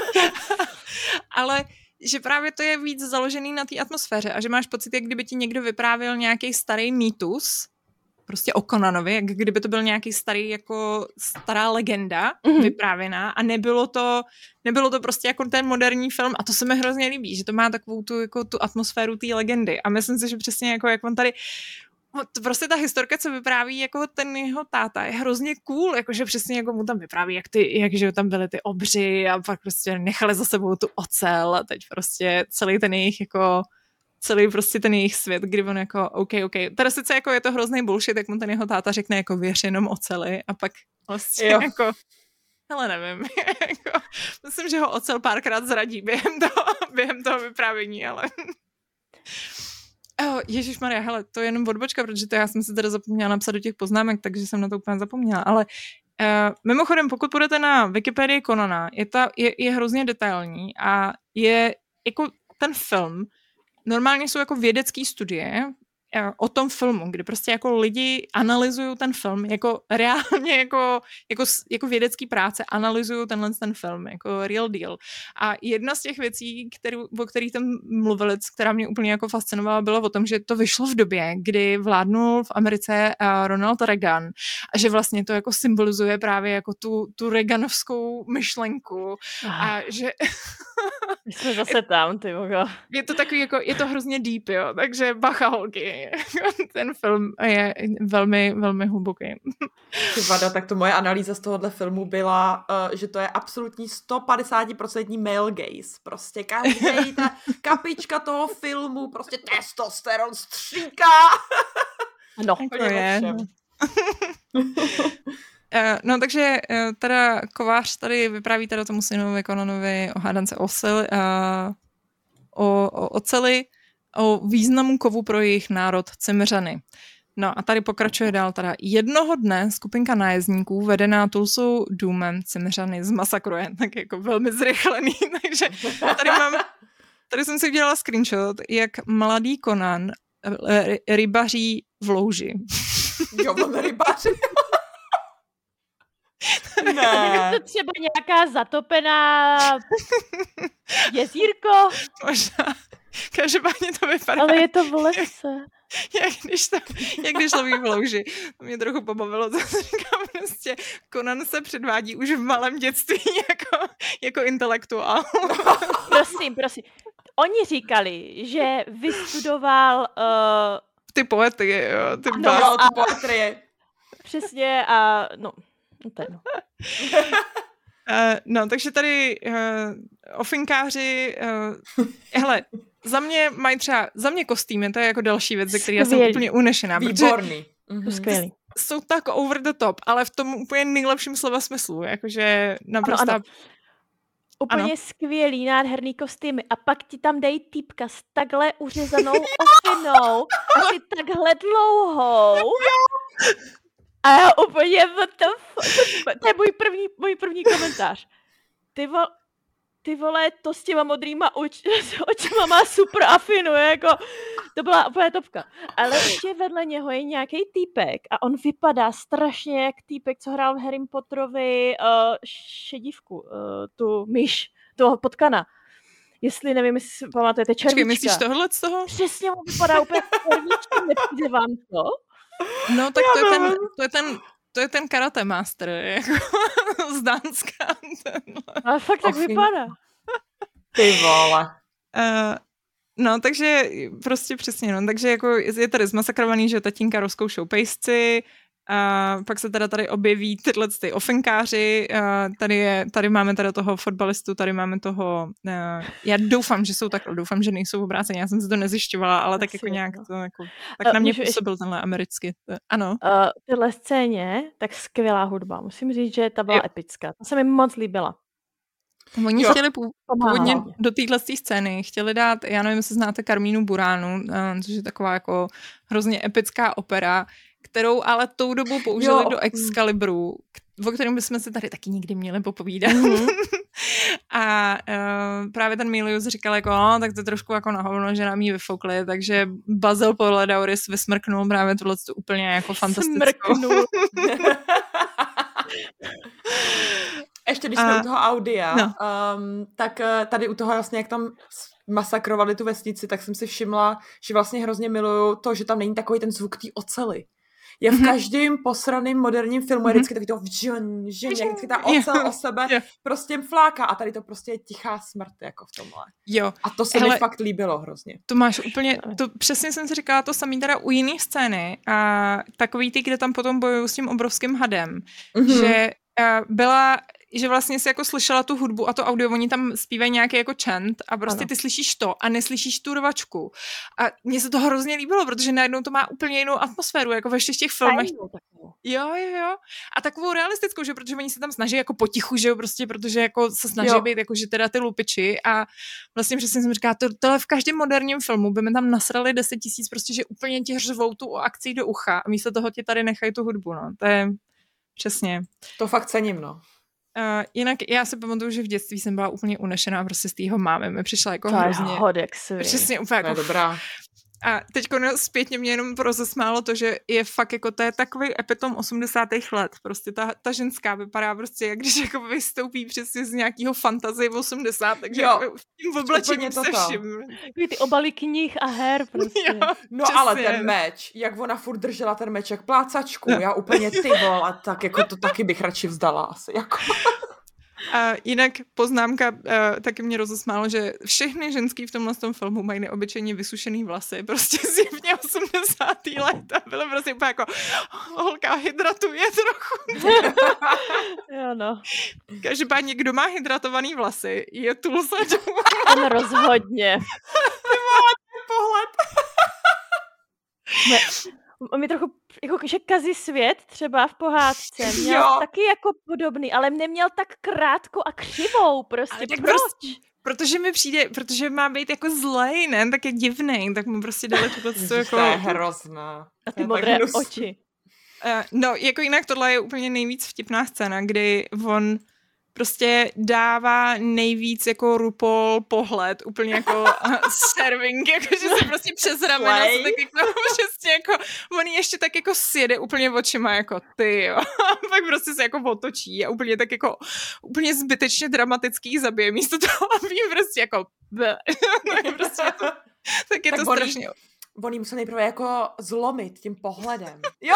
Ale že právě to je víc založený na té atmosféře a že máš pocit, jak kdyby ti někdo vyprávěl nějaký starý mýtus, prostě o Conanovi, jak kdyby to byl nějaký starý, jako stará legenda vyprávěná a nebylo to prostě jako ten moderní film a to se mi hrozně líbí, že to má takovou tu atmosféru té legendy a myslím si, že přesně jako jak on tady prostě ta historka, co vypráví jako ten jeho táta, je hrozně cool, jakože přesně jako mu tam vypráví, jak tam byly ty obři a pak prostě nechali za sebou tu ocel a teď prostě celý prostě ten jejich svět, kdy on jako OK. Teda sice jako je to hrozný bullshit, jak mu ten jeho táta řekne jako věř jenom oceli a pak vlastně jako hele nevím, jako, myslím, že ho ocel párkrát zradí během toho vyprávění, ale ježišmarja, hele, to je jenom odbočka, protože to já jsem si teda zapomněla napsat do těch poznámek, takže jsem na to úplně zapomněla, ale mimochodem, pokud půjdete na Wikipedii Conana, je hrozně detailní a je jako ten film, normálně jsou jako vědecké studie o tom filmu, kdy prostě jako lidi analyzují ten film, jako reálně jako vědecký práce analyzují ten film, jako real deal. A jedna z těch věcí, o kterých tam mluvili, která mě úplně jako fascinovala, bylo o tom, že to vyšlo v době, kdy vládnul v Americe Ronald Reagan a že vlastně to jako symbolizuje právě jako tu Reaganovskou myšlenku a že my jsme zase tam, ty mogo. Je to takový jako, je to hrozně deep, jo, takže bacha holky. Ten film je velmi, velmi hluboký. Vada, tak to moje analýza z tohohle filmu byla, že to je absolutní 150% male gaze. Prostě každý ta kapička toho filmu, prostě testosteron stříká. No, to je. No takže teda kovář tady vypráví teda tomu synovi Conanovi o hádance o oceli, o významu kovu pro jejich národ Cimřany. No a tady pokračuje dál teda. Jednoho dne skupinka nájezdníků vedená Tulsou Doomem Cimřany zmasakruje, tak jako velmi zrychlený, takže tady jsem si udělala screenshot, jak mladý Conan rybaří v louži. Jo, on rybaří. Ne. Je to třeba nějaká zatopená jezírko? Možná. Každopádně to vypadá. Ale je to v lese. Jak když loví v louži. To mě trochu pobavilo, co jsem říkal, prostě Conan se předvádí už v malém dětství jako intelektuál. Prosím. Oni říkali, že vystudoval ty poety, jo. Ty poetry. Přesně a to je no, takže tady ofinkáři, hele, za mě kostýmy, to je jako další věc, ze které já jsem úplně unešená. Výborný. Skvělý. Jsou tak over the top, ale v tom úplně nejlepším slova smyslu, jakože naprosto... Ano. Úplně skvělý, nádherný kostýmy a pak ti tam dají týpka s takhle uřezanou ofinou, asi takhle dlouhou. A já úplně, to je můj první komentář. Ty vole, to s těma modrýma očima má super afinu, jako To byla úplně topka. Ale ještě vedle něho je nějaký týpek a on vypadá strašně jak týpek, co hrál v Harry Potterovi šedívku, tu myš, toho potkana. Jestli, nevím, jestli si pamatujete, červíčka. Počkej, myslíš tohle z toho? Přesně mu vypadá úplně červíčka, nepřijde vám to? No tak to je ten karate master, jako z Dánska. Ale fakt tak vypadá. Ty vole. No, takže prostě přesně, no. Takže jako je tady zmasakrovaný, že tatínka rozkoušou pejsci, a pak se teda tady objeví tyhle ty ofenkáři, tady máme teda toho fotbalistu, tady máme toho, já doufám, že jsou takhle, doufám, že nejsou obrácení, já jsem si to nezjišťovala, ale tak jako nějak to, jako, tak na mě působil tenhle americky, ano. Tyhle scéně, tak skvělá hudba, musím říct, že ta byla epická, ta se mi moc líbila. Oni chtěli původně do téhle scény, chtěli dát, já nevím, jestli znáte Carmínu Buránu, což je taková jako hrozně epická opera, kterou ale tou dobou použili do Excalibru, o kterém bychom si tady taky nikdy měli popovídat. A právě ten Milius říkal jako, tak to trošku jako na hovno, že nám ji vyfoukli, takže Basil Poledouris vysmrknul právě tohle úplně jako fantastickou. Ještě když jsme u toho audia, tak tady u toho vlastně, jak tam masakrovali tu vesnici, tak jsem si všimla, že vlastně hrozně miluju to, že tam není takový ten zvuk té ocely. Je v každém posraném moderním filmu je vždycky takový to vžen, vždycky ta ocel o sebe prostě fláká a tady to prostě je tichá smrt jako v tomhle. Jo. A to se mi fakt líbilo hrozně. To máš úplně, to přesně jsem si říkala to samý teda u jiných scény a takový ty, kde tam potom bojují s tím obrovským hadem, že byla, že vlastně si jako slyšela tu hudbu a to audio, oni tam zpívají nějaký jako chant a prostě ty slyšíš to a neslyšíš tu rvačku. A mně se to hrozně líbilo, protože najednou to má úplně jinou atmosféru, jako ve všech těch filmech. Jo. A takovou realistickou, že protože oni se tam snaží jako potichu, že jo, prostě, protože jako se snaží být jako, že teda ty lupiči a vlastně přesně jsem říkala, tohle v každém moderním filmu by mi tam nasrali 10 000 prostě, že úplně ti řvou tu akcí do ucha a místo toho ti tady nechají tu hudbu, no. To je přesně. To fakt cením, no. Jinak já si pamatuju, že v dětství jsem byla úplně unešená prostě z tého mámy. Mi přišla jako to hrozně. Přesně úplně jako. Dobrá. A teďko zpětně mě jenom rozesmálo to, že je fakt jako, to je takový epitom 80. let. Prostě ta ženská vypadá prostě, jak když jako vystoupí přesně z nějakého fantasy 80, takže jako v tím oblečení se všim. Ty obaly knih a her prostě. Jo, no přesně. Ale ten meč, jak ona furt držela ten meč jak plácačku, já úplně ty vole, tak jako to taky bych radši vzdala asi, jako. A jinak poznámka taky mě rozesmálo, že všechny ženský v tomhle filmu mají neobyčejně vysušený vlasy, prostě zjevně 80. let a bylo prostě úplně jako holka hydratuje trochu. Jo no. Každopádně, kdo má hydratovaný vlasy, je Tulsa Doom. Ten rozhodně. Ty máš pohled. On mi trochu, jako, že Kazí svět třeba v pohádce měl taky jako podobný, ale neměl tak krátkou a křivou prostě. Proč? Prostě, protože mi přijde, protože má být jako zlej, ne? Tak je divnej, tak mu prostě dali tuto jako... To je hrozná. A ty modré oči. No, jako jinak tohle je úplně nejvíc vtipná scéna, kdy on prostě dává nejvíc jako RuPaul pohled, úplně jako serving, jakože se prostě přes ramena se tak jako přesně jako, on ještě tak jako sjede úplně očima jako ty, jo. A pak prostě se jako otočí a úplně tak jako, úplně zbytečně dramatický zabije, místo toho, aby prostě jako tak prostě to, tak je tak to strašně. On jí musel nejprve jako zlomit tím pohledem. Jo!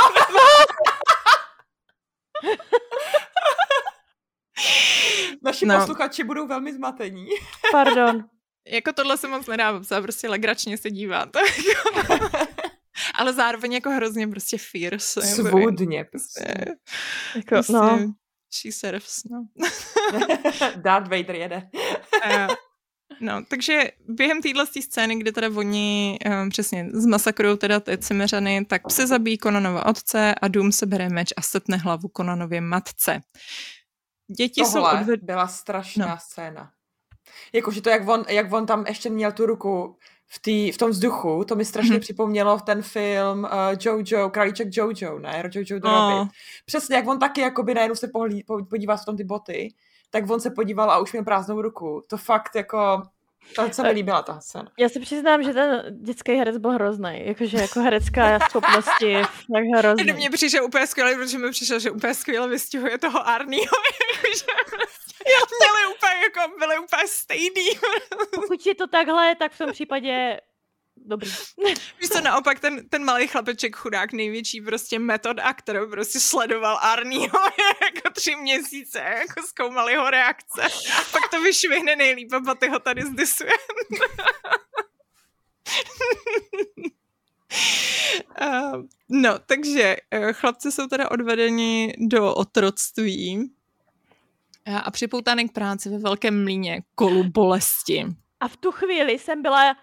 Naši posluchači budou velmi zmatení. Pardon. Jako tohle se moc nedá popsat, prostě legračně se dívat. Ale zároveň jako hrozně prostě fierce. Svůdně. Jako, no. She serves, no. Darth Vader jede. No, takže během téhle scény, kdy teda oni přesně zmasakrujou teda ty Cimeřany, tak psi zabíjí Conanova otce a Doom se bere meč a setne hlavu Conanově matce. Děti tohle byla strašná scéna. Jakože to, jak on tam ještě měl tu ruku v tom vzduchu, to mi strašně připomnělo ten film Jojo, Králíček Jojo, ne? Jojo the Rabbit. Přesně, jak on taky jakoby najednou se podíval v tom ty boty, tak on se podíval a už měl prázdnou ruku. To fakt jako To se mi líbila ta scéna. Já se přiznám, že ten dětský herec byl hrozný. Jakože jako herecká schopnosti tak hrozný. Mně přišel úplně skvělý, protože mi přišel, že úplně skvěle vystihuje toho Arnieho. Jakože byli úplně stejný. Pokud je to takhle, tak v tom případě dobrý. Víš co, naopak ten malý chlapeček chudák, největší prostě method actor, prostě sledoval Arnieho jako 3 měsíce, jako zkoumal jeho reakce. Pak to vyšvihne nejlíp a ty ho tady zdisuje. No, takže chlapci jsou teda odvedeni do otroctví a připoutány k práci ve velkém mlýně Kolu bolesti. A v tu chvíli jsem byla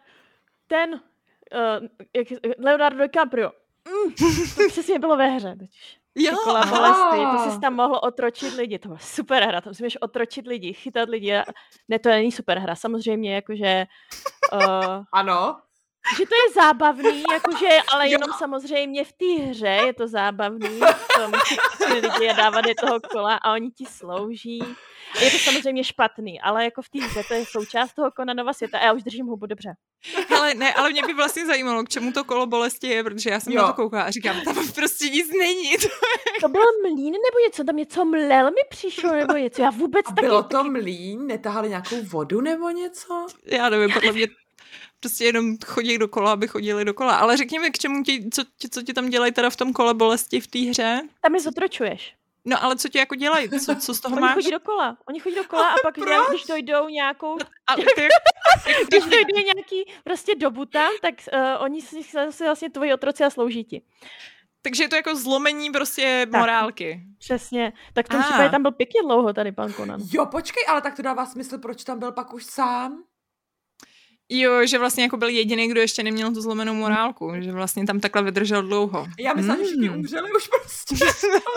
Leonardo DiCaprio. To přesně bylo ve hře. Jo, Kola bolesti, to jsi tam mohl otročit lidi. To byla super hra, tam si můžeš otročit lidi, chytat lidi. Ne, to není super hra, samozřejmě, jakože... Ano. Že to je zábavný, jakože, ale jenom samozřejmě v té hře je to zábavný. Tom si lidi dávat do toho kola a oni ti slouží. Je to samozřejmě špatný, ale jako v té hře to je součást toho Conanova světa a já už držím hubu dobře. Ale mě by vlastně zajímalo, k čemu to kolo bolesti je, protože já jsem na to koukala a říkám, tam prostě nic není. To byl mlýn nebo něco, tam něco mlel mi přišlo nebo něco, já vůbec taky... Bylo to mlýn? Netahali nějakou vodu nebo něco? Já nevím, podle mě prostě jenom chodí dokola, aby chodili dokola. Ale řekni mi, k čemu co ti tam dělají teda v tom kole bolesti v té hře? Tam je zotročuješ. No ale co ti jako dělají? Co z toho máš? Oni chodí dokola a pak když dojdou nějakou... Když dojde nějaký prostě dobu tam, tak oni si vlastně tvoji otroci a slouží ti. Takže je to jako zlomení prostě morálky. Přesně. Tak v tom případě tam byl pěkně dlouho tady pan Conan. Jo, počkej, ale tak to dává smysl, proč tam byl pak už sám? Jo, že vlastně jako byl jediný, kdo ještě neměl tu zlomenou morálku. Že vlastně tam takhle vydržel dlouho. Já myslím, že všichni umřeli už prostě.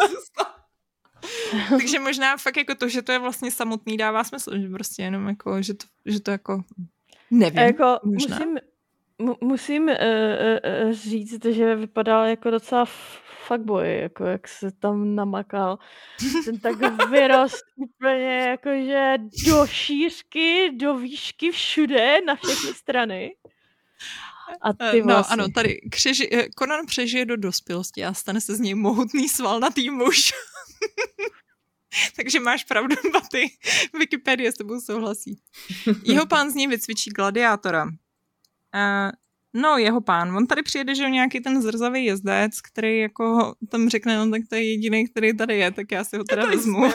Takže možná fakt jako to, že to je vlastně samotný, dává smysl, že prostě jenom jako, že to jako nevím. Jako musím říct, že vypadal jako docela fuckboy, jako jak se tam namakal. Ten tak vyrost úplně jakože do šířky, do výšky, všude, na všechny strany. A ty No ano, tady Conan přežije do dospělosti a stane se z něj mohutný svalnatý muž. Takže máš pravdu, Baty. Wikipedie s tebou souhlasí. Jeho pán z něj vycvičí gladiátora. No, jeho pán. On tady přijede, že nějaký ten zrzavý jezdec, který jako tam řekne, no tak to je jediný, který tady je, tak já si ho teda vezmu.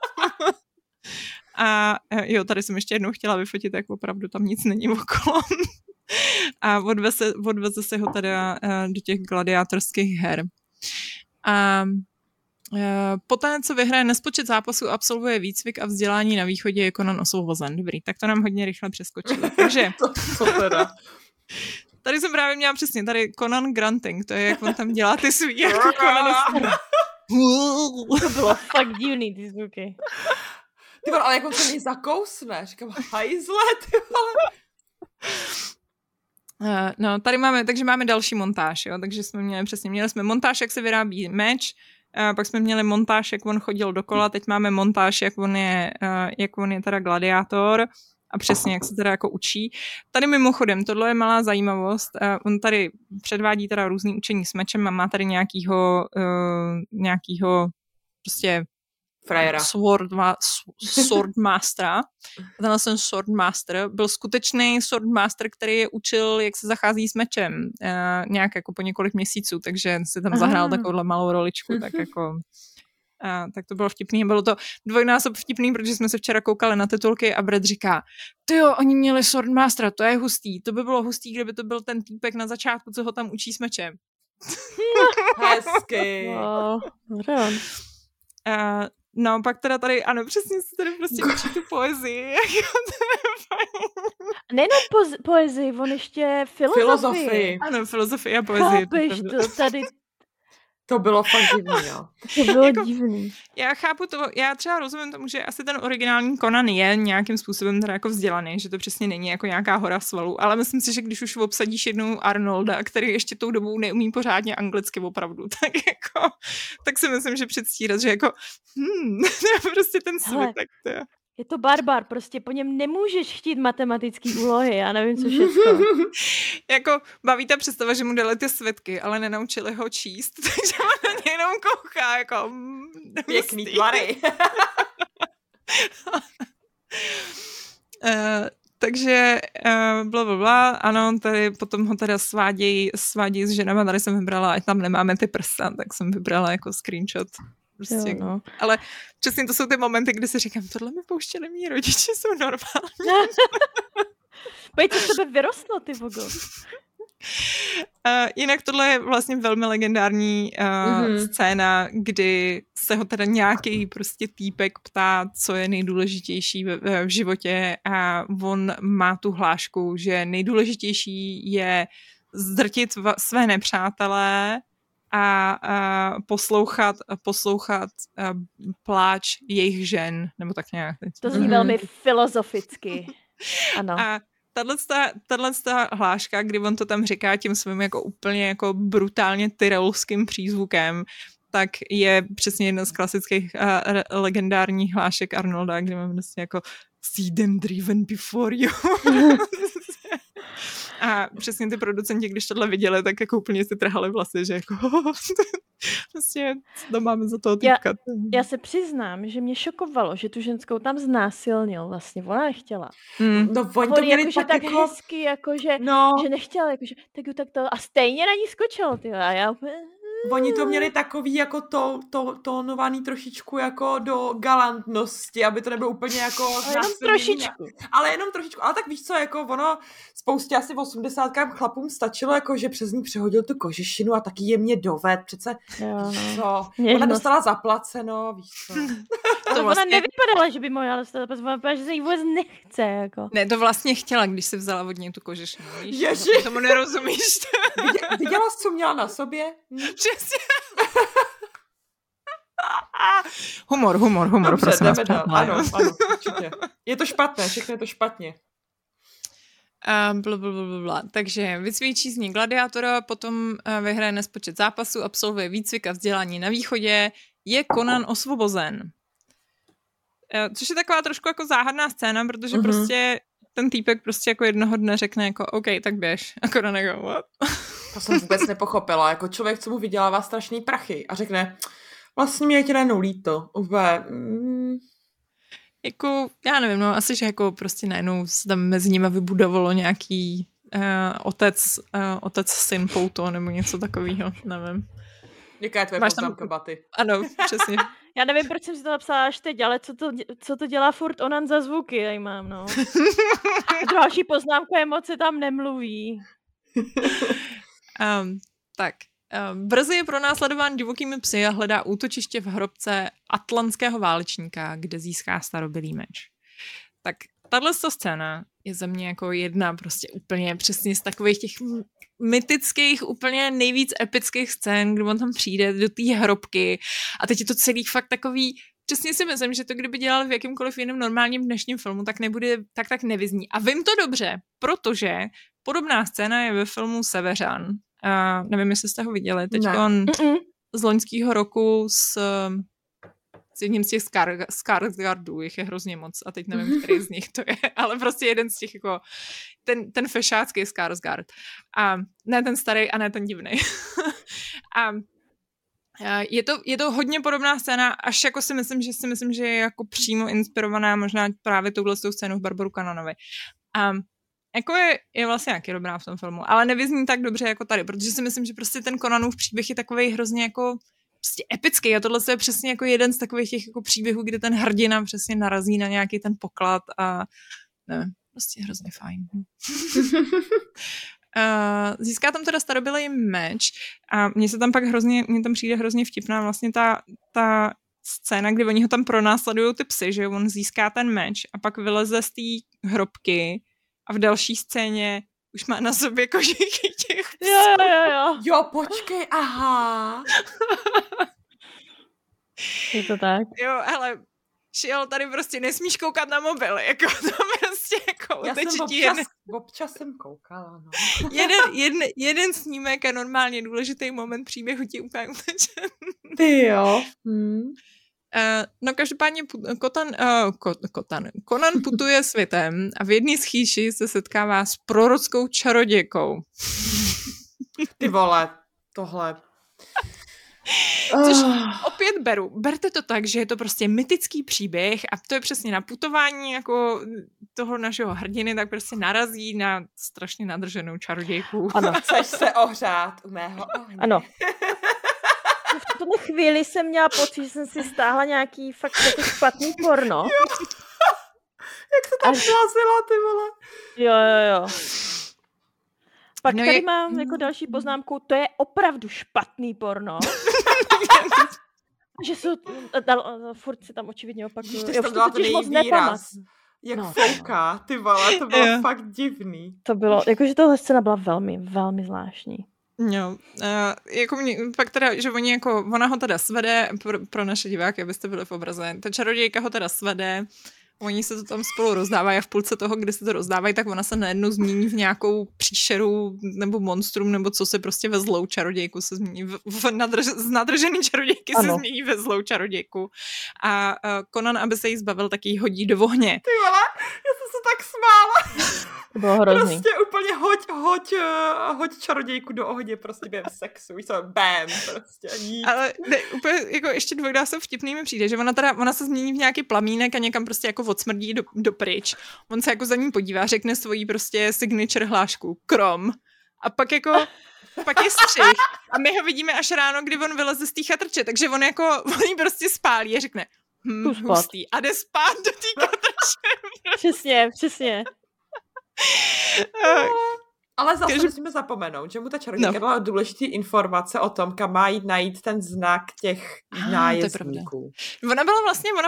A jo, tady jsem ještě jednou chtěla vyfotit, jak opravdu tam nic není okolo. A odveze se ho teda do těch gladiátorských her. A poté, co vyhraje nespočet zápasů, absolvuje výcvik a vzdělání na východě, je Conan osvobozen. Dobrý, tak to nám hodně rychle přeskočilo. Takže... Co teda? Tady jsem právě měla přesně, tady Conan Grunting, to je, jak on tam dělá ty svý, jako Conan. To bylo fakt divný, ty zvuky. Ty vole, ale jak on se mě zakousne, říkám, hajzle, ty vole. No, tady máme další montáž, jo, takže měli jsme montáž, jak se vyrábí meč, pak jsme měli montáž, jak on chodil dokola, teď máme montáž, jak on je teda gladiátor a přesně, jak se teda jako učí. Tady mimochodem, tohle je malá zajímavost, on tady předvádí teda různý učení s mečem a má tady nějakýho prostě frajera. Swordmastera. Tenhle ten Swordmaster byl skutečný Swordmaster, který je učil, jak se zachází s mečem. Nějak jako po několik měsíců, takže si tam zahrál takovouhle malou roličku, tak jako... tak to bylo vtipný. Bylo to dvojnásob vtipný, protože jsme se včera koukali na titulky a Brett říká, tyjo, oni měli Swordmastera, to je hustý. To by bylo hustý, kdyby to byl ten týpek na začátku, co ho tam učí s mečem. Hezky. No, pak teda tady, ano, přesně se tady prostě učí tu poezii. Nejenom poezii, on ještě filozofii. Ano, filozofii a poezii. Chápeš to tady... To bylo fakt divný, jo. To bylo jako, divný. Já chápu to, já třeba rozumím tomu, že asi ten originální Conan je nějakým způsobem teda jako vzdělaný, že to přesně není jako nějaká hora svalů, ale myslím si, že když už obsadíš jednou Arnolda, který ještě tou dobou neumí pořádně anglicky opravdu, tak si myslím, že předstírat, že jako prostě ten svět, tak to je. Je to barbar, prostě po něm nemůžeš chtít matematický úlohy, já nevím, co všecko. Jako baví ta představa, že mu dali ty svědky, ale nenaučili ho číst, takže on na něj jenom kouká, jako... Pěkný tvary. Takže blablabla, ano, tady potom ho teda svádějí s ženama, tady jsem vybrala, ať tam nemáme ty prsa, tak jsem vybrala jako screenshot. Prostě. Jo, no. Ale přesně to jsou ty momenty, kdy si říkám, tohle mi pouštěli mý rodiče, jsou normální. Pojď, co tebe vyrostlo, ty vogo. Jinak tohle je vlastně velmi legendární scéna, kdy se ho teda nějaký prostě týpek ptá, co je nejdůležitější v životě a on má tu hlášku, že nejdůležitější je zdrtit své nepřátelé a poslouchat pláč jejich žen, nebo tak nějak. To zní velmi filozoficky. Ano. A tato hláška, kdy on to tam říká tím svým jako úplně jako brutálně tyrolským přízvukem, tak je přesně jedna z klasických legendárních hlášek Arnolda, kde mám vlastně jako see them driven before you. A přesně ty producenti, když tohle viděli, tak jako úplně si trhali vlasy, že jako vlastně to máme za toho týpka. Já se přiznám, že mě šokovalo, že tu ženskou tam znásilnil vlastně, ona nechtěla. No oni to měli jakože tak jako... hezky, jakože, že nechtěla, jakože, tak to, a stejně na ní skočil, ty, a já úplně... Oni to měli takový jako tónovaný trošičku jako do galantnosti, aby to nebylo úplně jako... Jenom trošičku. Ale jenom trošičku. Ale tak víš co, jako ono spoustě asi 80kám chlapům stačilo, jako že přes ní přehodil tu kožešinu a taky jemně doved. Přece co? Ona dostala zaplaceno, víš co. To vlastně... Ona nevypadala, že by mohla dostat zaplaceno, že se jí vůbec nechce, jako. Ne, to vlastně chtěla, když si vzala od něj tu kožešinu, víš? Ježi. Tomu nerozumíš. Viděla jsi, co měla na sobě? Přesně. Humor, dobře, prosím vás. Ano, určitě. Je to špatné, všechno je to špatně. Blablabla. Takže vycvičí z ní gladiátora, potom vyhraje nespočet zápasů, absolvuje výcvik a vzdělání na východě, je Conan osvobozen. Což je taková trošku jako záhadná scéna, protože prostě ten týpek prostě jako jednoho dne řekne jako OK, tak běž. A Conan jako what? To jsem vůbec nepochopila. Jako člověk, co mu vydělává strašný prachy a řekne, vlastně mě je tě najednou líto. Jako, já nevím, no asi, že jako prostě najednou se tam mezi nimi vybudovalo nějaký otec-syn pouto nebo něco takového, nevím. Jaká je tvoje poznámka, Baty? Ano, přesně. Já nevím, proč jsem si to napsala až teď, ale co to dělá furt onan za zvuky, tady mám, no. Další poznámka je moc se tam nemluví. Brzy je pronásledován divokými psy a hledá útočiště v hrobce atlantského válečníka, kde získá starobylý meč. Tak tahle scéna je za mě jako jedna prostě úplně přesně z takových těch mytických, úplně nejvíc epických scén, kdy on tam přijde do té hrobky a teď je to celý fakt takový, přesně si myslím, že to kdyby dělal v jakýmkoliv jiném normálním dnešním filmu, tak nebude, tak nevyzní. A vím to dobře, protože podobná scéna je ve filmu Severan. Nevím, jestli jste ho viděli. Teď on z loňského roku s jedním z těch Skarsgårdů, jich je hrozně moc a teď nevím, který z nich to je, ale prostě jeden z těch jako ten fešácký Skarsgård. A ne ten starý a ne ten divnej. A je to hodně podobná scéna, až jako si myslím, že je jako přímo inspirovaná možná právě touhle scénou v Barbaru Conanovi. A jako je vlastně nějaký dobrá v tom filmu, ale nevyzní tak dobře jako tady, protože si myslím, že prostě ten Conanův příběh je takovej hrozně jako prostě epický a tohle je přesně jako jeden z takových těch jako příběhů, kde ten hrdina přesně narazí na nějaký ten poklad a nevím, prostě hrozně fajn. Získá tam teda starobylý meč a mně tam přijde hrozně vtipná vlastně ta scéna, kdy oni ho tam pronásledují ty psy, že on získá ten meč a pak vyleze z té hrobky a v další scéně už má na sobě kožíky těch psů. Jo. Jo, počkej, aha. Je to tak? Jo, hele, Šiel, tady prostě nesmíš koukat na mobil, jako to prostě jako já občas jsem koukala, no. jeden snímek a normálně důležitý moment příběhu ti úplně utečen. Ty jo. No každopádně Conan putuje světem a v jedné z chýši se setkává s prorockou čarodějkou. Ty vole, tohle. Což opět berte to tak, že je to prostě mytický příběh a to je přesně na putování jako toho našeho hrdiny, tak prostě narazí na strašně nadrženou čarodějku. Ano. Chceš se ohřát u mého ohně. Ano. V tuhle chvíli jsem měla pocit, že jsem si stáhla nějaký fakt jako špatný porno. Jak se tam plazila, ty vole. Jo. Pak No tady mám jako další poznámku, to je opravdu špatný porno. Že jsou, furt se tam očividně opakují. Když tam dala ten její výraz. Jak fouká, ty vole, to bylo fakt divný. To bylo, jakože tohle scéna byla velmi, velmi zvláštní. Jo, jako pak teda, že ona ho teda svede, pro naše diváky, abyste byli v obraze, ta čarodějka ho teda svede, oni se to tam spolu rozdávají a v půlce toho, kde se to rozdávají, tak ona se najednou změní v nějakou příšeru nebo monstrum, nebo co se prostě ve zlou čarodějku se změní, z nadržený čarodějky se změní ve zlou čarodějku. A Conan, aby se jí zbavil, tak jí hodí do ohně. Ty vole, já jsem se tak smála. To bylo hrozný. Prostě úplně hoď čarodějku do ohně, prostě během sexu, víš co, bam, prostě nic. Ale ne, úplně jako ještě dvojnásob vtipný mi přijde, že ona se změní v nějaký plamínek a někam prostě jako odsmrdí do pryč. On se jako za ní podívá, řekne svojí prostě signature hlášku, krom. A pak je střih. A my ho vidíme až ráno, kdy on vyleze z té chatrče, takže on jí prostě spálí a řekne hustý. A jde spát do té chatrče. Přesně. Ale zase musíme zapomenout, že mu ta čarodějka dala důležitý informace o tom, kam má jít najít ten znak těch nájezdníků. Ona byla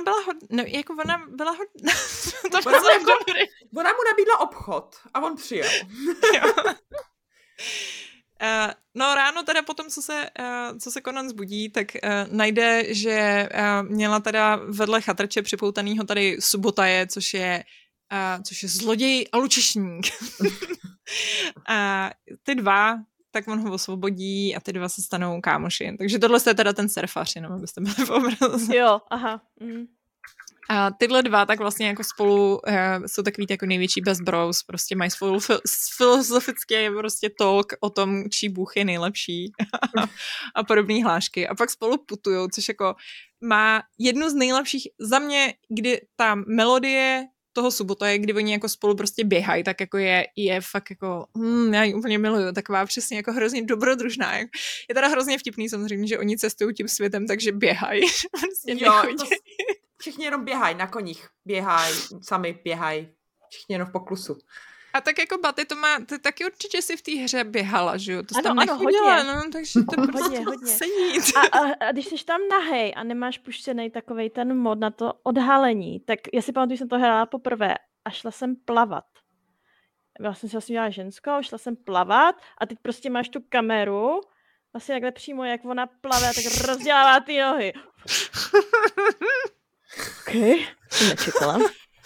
Ona mu nabídla obchod a on přijel. No ráno teda potom, co se Conan zbudí, tak najde, že měla teda vedle chatrče připoutanýho tady Subotaje, což je zloděj a lučišník. A ty dva, tak on ho osvobodí a ty dva se stanou kámoši. Takže tohle je teda ten surfař, jenom abyste byli v obraze. Jo, aha. A tyhle dva tak vlastně jako spolu jsou takový jako největší best bros, prostě mají spolu filozofický prostě talk o tom, čí bůh je nejlepší a podobné hlášky. A pak spolu putujou, což jako má jednu z nejlepších za mě, kdy ta melodie toho Subotaje, kdy oni jako spolu prostě běhají, tak jako je fakt jako, já ji úplně miluju, taková přesně jako hrozně dobrodružná. Je teda hrozně vtipný samozřejmě, že oni cestují tím světem, takže běhají. Prostě Všichni jenom běhají na koních, sami běhají, všichni jenom v poklusu. A tak jako Baty ty taky určitě si v té hře běhala, že jo? To jsi ano, tam nechodila, hodně. No, takže to prostě hodně. sedí. A když jsi tam nahej a nemáš puštěnej takovej ten mod na to odhalení, tak já si pamatuju, že jsem to hrála poprvé a šla jsem plavat. Já jsem si vlastně dělala ženskou, šla jsem plavat a teď prostě máš tu kameru, vlastně takhle přímo, jak ona plave, tak rozdělává ty nohy. OK, jsem nečekala.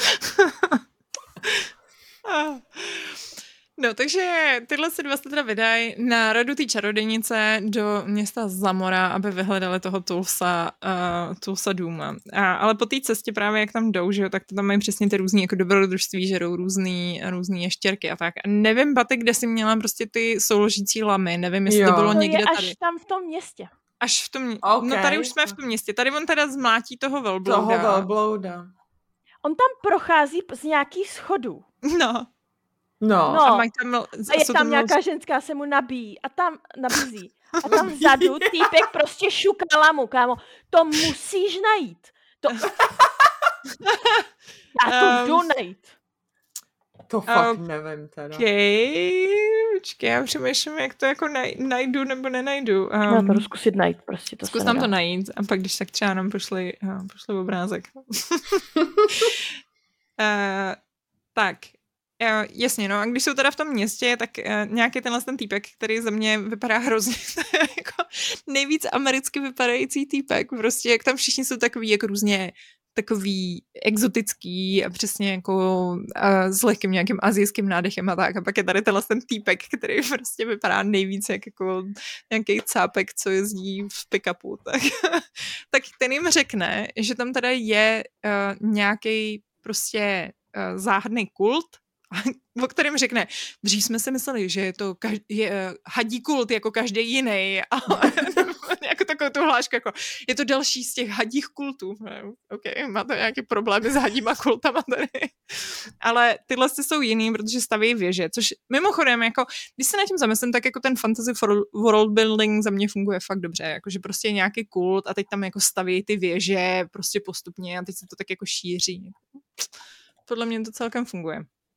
No, takže tyhle se dva se teda vydají na radu té čarodějnice do města Zamora, aby vyhledali toho Tulsa Dooma. Ale po té cestě právě, jak tam jdou, že jo, tak to tam mají přesně ty různý jako dobrodružství, žerou různý ještěrky a tak. A nevím, Baty, kde jsi měla prostě ty souložící lamy, nevím, jestli to bylo někde tady. Až tam v tom městě. Až v tom, okay. No tady už jsme v tom městě. Tady on teda zmlátí toho velblouda. On tam prochází z nějakých schodů. No. A je tam nějaká ženská, se mu nabízí. A tam vzadu týpek prostě šuká lamu, kámo. To musíš najít. Já to jdu najít. To fakt nevím teda. Počkej, já přemýšlím, jak to jako najdu nebo nenajdu. Já to zkusit najít prostě. Zkus tam to najít a pak když tak třeba nám pošli obrázek. Tak, jasně, no a když jsou teda v tom městě, tak nějaký ten týpek, který za mě vypadá hrozně jako nejvíc americky vypadající týpek, prostě jak tam všichni jsou takový jak různě takový exotický a přesně jako s lehkým nějakým asijským nádechem a tak. A pak je tady ten týpek, který prostě vypadá nejvíc jako nějaký cápek, co jezdí v pick-upu. Tak ten jim řekne, že tam teda je nějaký prostě záhadný kult, o kterém řekne, dřív jsme si mysleli, že je to hadí kult jako každý jiný, ale jako takovou tu hlášku, jako je to další z těch hadích kultů. OK, máte nějaké problémy s hadíma kultama tady. Ale tyhle jsou jiný, protože staví věže, což mimochodem, jako, když se na tím zamyslím, tak jako ten fantasy world building za mě funguje fakt dobře, jakože prostě je nějaký kult a teď tam jako staví ty věže prostě postupně a teď se to tak jako šíří. Podle mě to celkem funguje.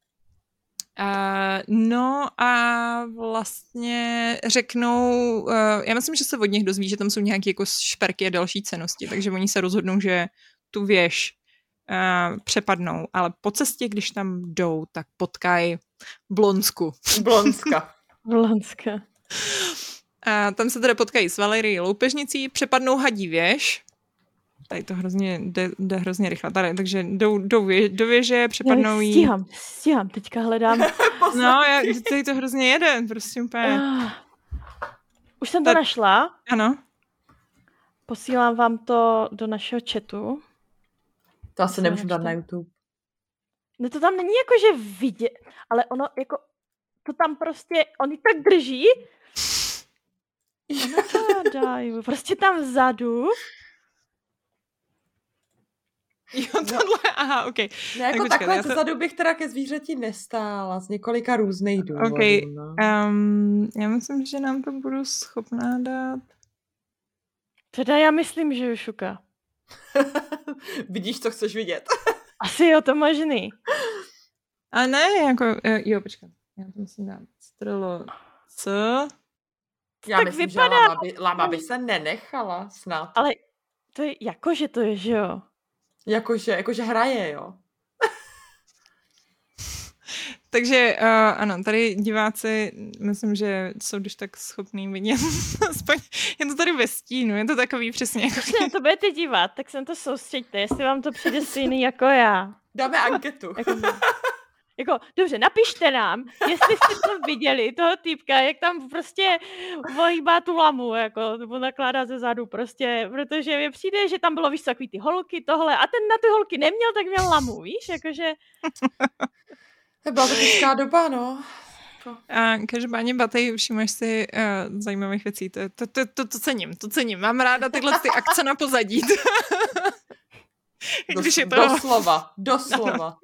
No a vlastně řeknou, já myslím, že se od nich dozví, že tam jsou nějaké jako šperky a další cennosti, takže oni se rozhodnou, že tu věž přepadnou, ale po cestě, když tam jdou, tak potkají Blonsku. Blonska. A tam se teda potkají s Valerii loupežnicí, přepadnou hadí věž. Tady to hrozně jde hrozně rychle. Tady, takže jdou do věže, přepadnou jí. Stíhám, teďka hledám. No, tady to hrozně jede, prostě úplně. Už jsem to našla. Ano. Posílám vám to do našeho chatu. To asi nemůžu dát na YouTube. No to tam není jako, že vidět, ale ono jako, to tam prostě, oni tak drží. Ono to dají, prostě tam vzadu. Jo, tohle, aha, ok. No jako tak takhle zadu bych teda ke zvířeti nestála, z několika různých důvodů. Okay. No. Já myslím, že nám to budu schopná dát. Teda já myslím, že už šuka. Vidíš, co chceš vidět. Asi je to možný. A ne, jako, jo, počkat. Já to musím dát. Strelo, co? Já tak myslím, vypadá... že lama by se nenechala snad. Ale to je, jakože to je, že jo? Jakože hraje, jo. Takže ano, tady diváci, myslím, že jsou když tak schopný vidět. Aspoň je to tady ve stínu, je to takový přesně. Jako... Když na to budete dívat, tak se na to soustřeďte, jestli vám to přijde stejný jako já. Dáme anketu. Jako, dobře, napište nám, jestli jste to viděli, toho týpka, jak tam prostě ohýbá tu lamu, jako, nebo nakládá ze zadu prostě, protože mi přijde, že tam bylo, víš, takový ty holky, tohle, a ten na ty holky neměl, tak měl lamu, víš, jakože... To byla taková doba, no. A každopádně, Batej, všimáš si zajímavých věcí, to cením, mám ráda tyhle ty akce na pozadí. Když je to... Doslova.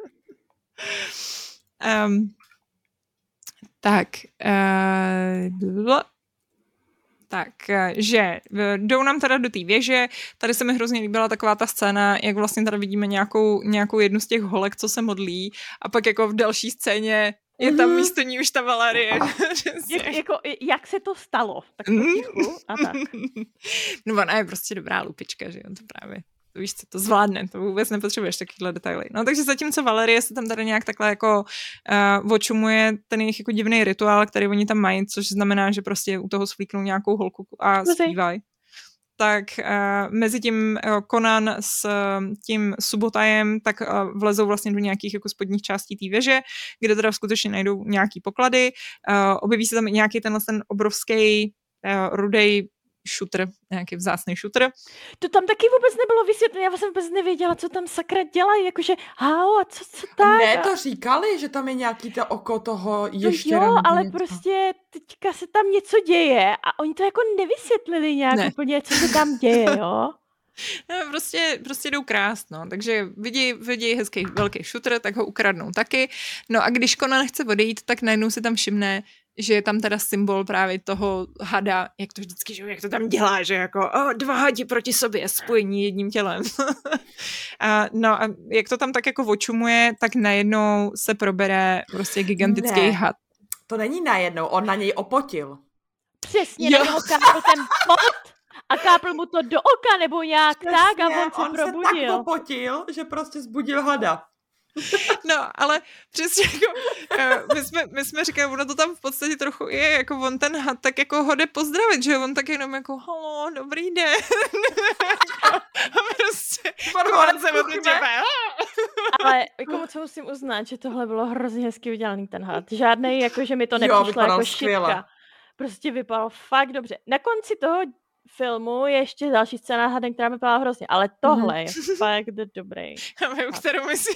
Takže jdou nám teda do té věže, tady se mi hrozně líbila taková ta scéna, jak vlastně tady vidíme nějakou jednu z těch holek, co se modlí a pak jako v další scéně je tam místo ní už ta Valerie. Jak se to stalo? Tak potichu a tak. No ona je prostě dobrá lupička, že jo, to právě. Víš co, to zvládne, to vůbec nepotřebuješ takovýhle detaily. No takže zatímco Valerie se tam tady nějak takhle jako očumuje ten jejich jako divný rituál, který oni tam mají, což znamená, že prostě u toho svlíknou nějakou holku a zpívají. Tak mezi tím Conan s tím Subotajem tak vlezou vlastně do nějakých jako spodních částí té věže, kde teda skutečně najdou nějaký poklady. Objeví se tam nějaký ten obrovský rudej šutr, nějaký vzácný šutr. To tam taky vůbec nebylo vysvětlené, já jsem vůbec nevěděla, co tam sakra dělají, jakože a co tak? Ne, to říkali, že tam je nějaký to oko toho ještěra. No jo, ale prostě teďka se tam něco děje a oni to jako nevysvětlili nějak úplně, co se tam děje, jo? No, prostě jdou krást, no. Takže vidí hezký velký šutr, tak ho ukradnou taky. No a když Conan chce odejít, tak najednou si tam všimne, že je tam teda symbol právě toho hada, jak to vždycky, že jak to tam dělá, že jako 2 hadi proti sobě, spojení jedním tělem. No a jak to tam tak jako očumuje, tak najednou se probere prostě gigantický had. To není najednou, on na něj opotil. Přesně, na něho kápl ten pot a kápl mu to do oka nebo nějak. Přesně, tak a on se probudil. On se tak opotil, že prostě zbudil hada. No, ale přesně jako, my jsme říkali, ono to tam v podstatě trochu je, jako on ten had tak jako ho jde pozdravit, že on tak jenom jako, halo, dobrý den. A prostě, on se o to Ale jako co musím uznat, že tohle bylo hrozně hezky udělaný ten had. Žádnej, jako že mi to nepřišlo jako šitka. Prostě vypadalo fakt dobře. Na konci toho filmu je ještě další scéna hadem, která vypadala hrozně, ale tohle je fakt dobrý. A vím, kterou myslíš.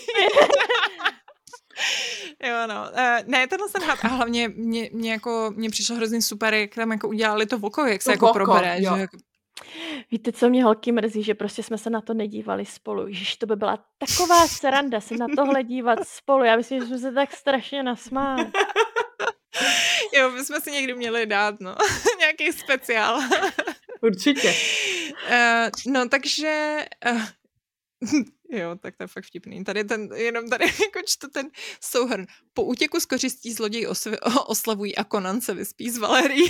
Jo, no. Ne, tenhle ten had a hlavně mě přišlo hrozně super, jak tam jako udělali to voko, jak se jako probere. Že jako... Víte, co mě holky mrzí, že prostě jsme se na to nedívali spolu. Ježiš, to by byla taková sranda se na tohle dívat spolu. Já myslím, že jsme se tak strašně nasmáli. Jo, my jsme si někdy měli dát, no. Nějaký speciál. Určitě. No, takže... Jo, tak to je fakt vtipný. Jenom tady jako čtu ten souhrn. Po útěku z kořistí zloději oslavují a Conan se vyspí s Valerií.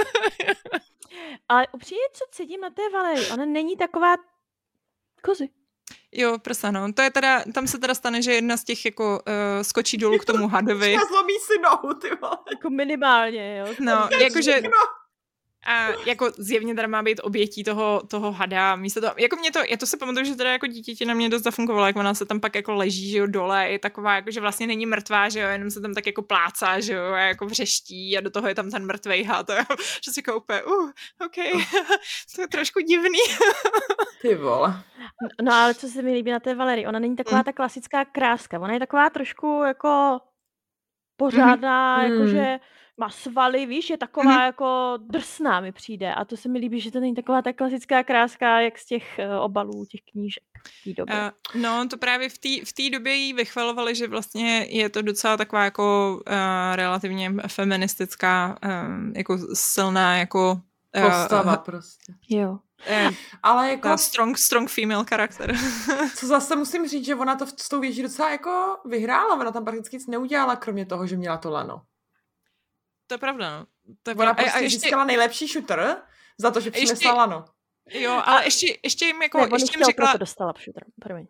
Ale upřímně, co cítím na té Valerii, ona není taková kozy. Jo, prsa, no. To je teda, tam se teda stane, že jedna z těch jako skočí dolů k tomu hadovi. Zlomí si nohu, ty vole. Jako minimálně, jo. No, jakože... A jako zjevně teda má být obětí toho hada. Místo toho, jako já to se pamatuju, že teda jako dítěti na mě dost zafunkovalo, jak ona se tam pak jako leží, že jo, dole, je taková, jako že vlastně není mrtvá, že jo, jenom se tam tak jako plácá, že jo, a jako vřeští a do toho je tam ten mrtvej had, že si koupé, OK, to je trošku divný. Ty vole. No ale co se mi líbí na té Valerii, ona není taková ta klasická kráska, ona je taková trošku jako pořádná, jakože má svaly, víš, je taková jako drsná mi přijde a to se mi líbí, že to není taková ta klasická kráska, jak z těch obalů, těch knížek v té době. No, to právě v té době jí vychvalovali, že vlastně je to docela taková jako relativně feministická, jako silná jako postava prostě. Jo. Ale jako... Strong female charakter. Co zase musím říct, že ona to s tou věží docela jako vyhrála, ona tam prakticky nic neudělala, kromě toho, že měla to lano. To je pravda, no. Ona prostě získala nejlepší shooter za to, že přinesla lano. Jo, ale ještě jim jako... ještě jim řekla... dostala shooter, promiň.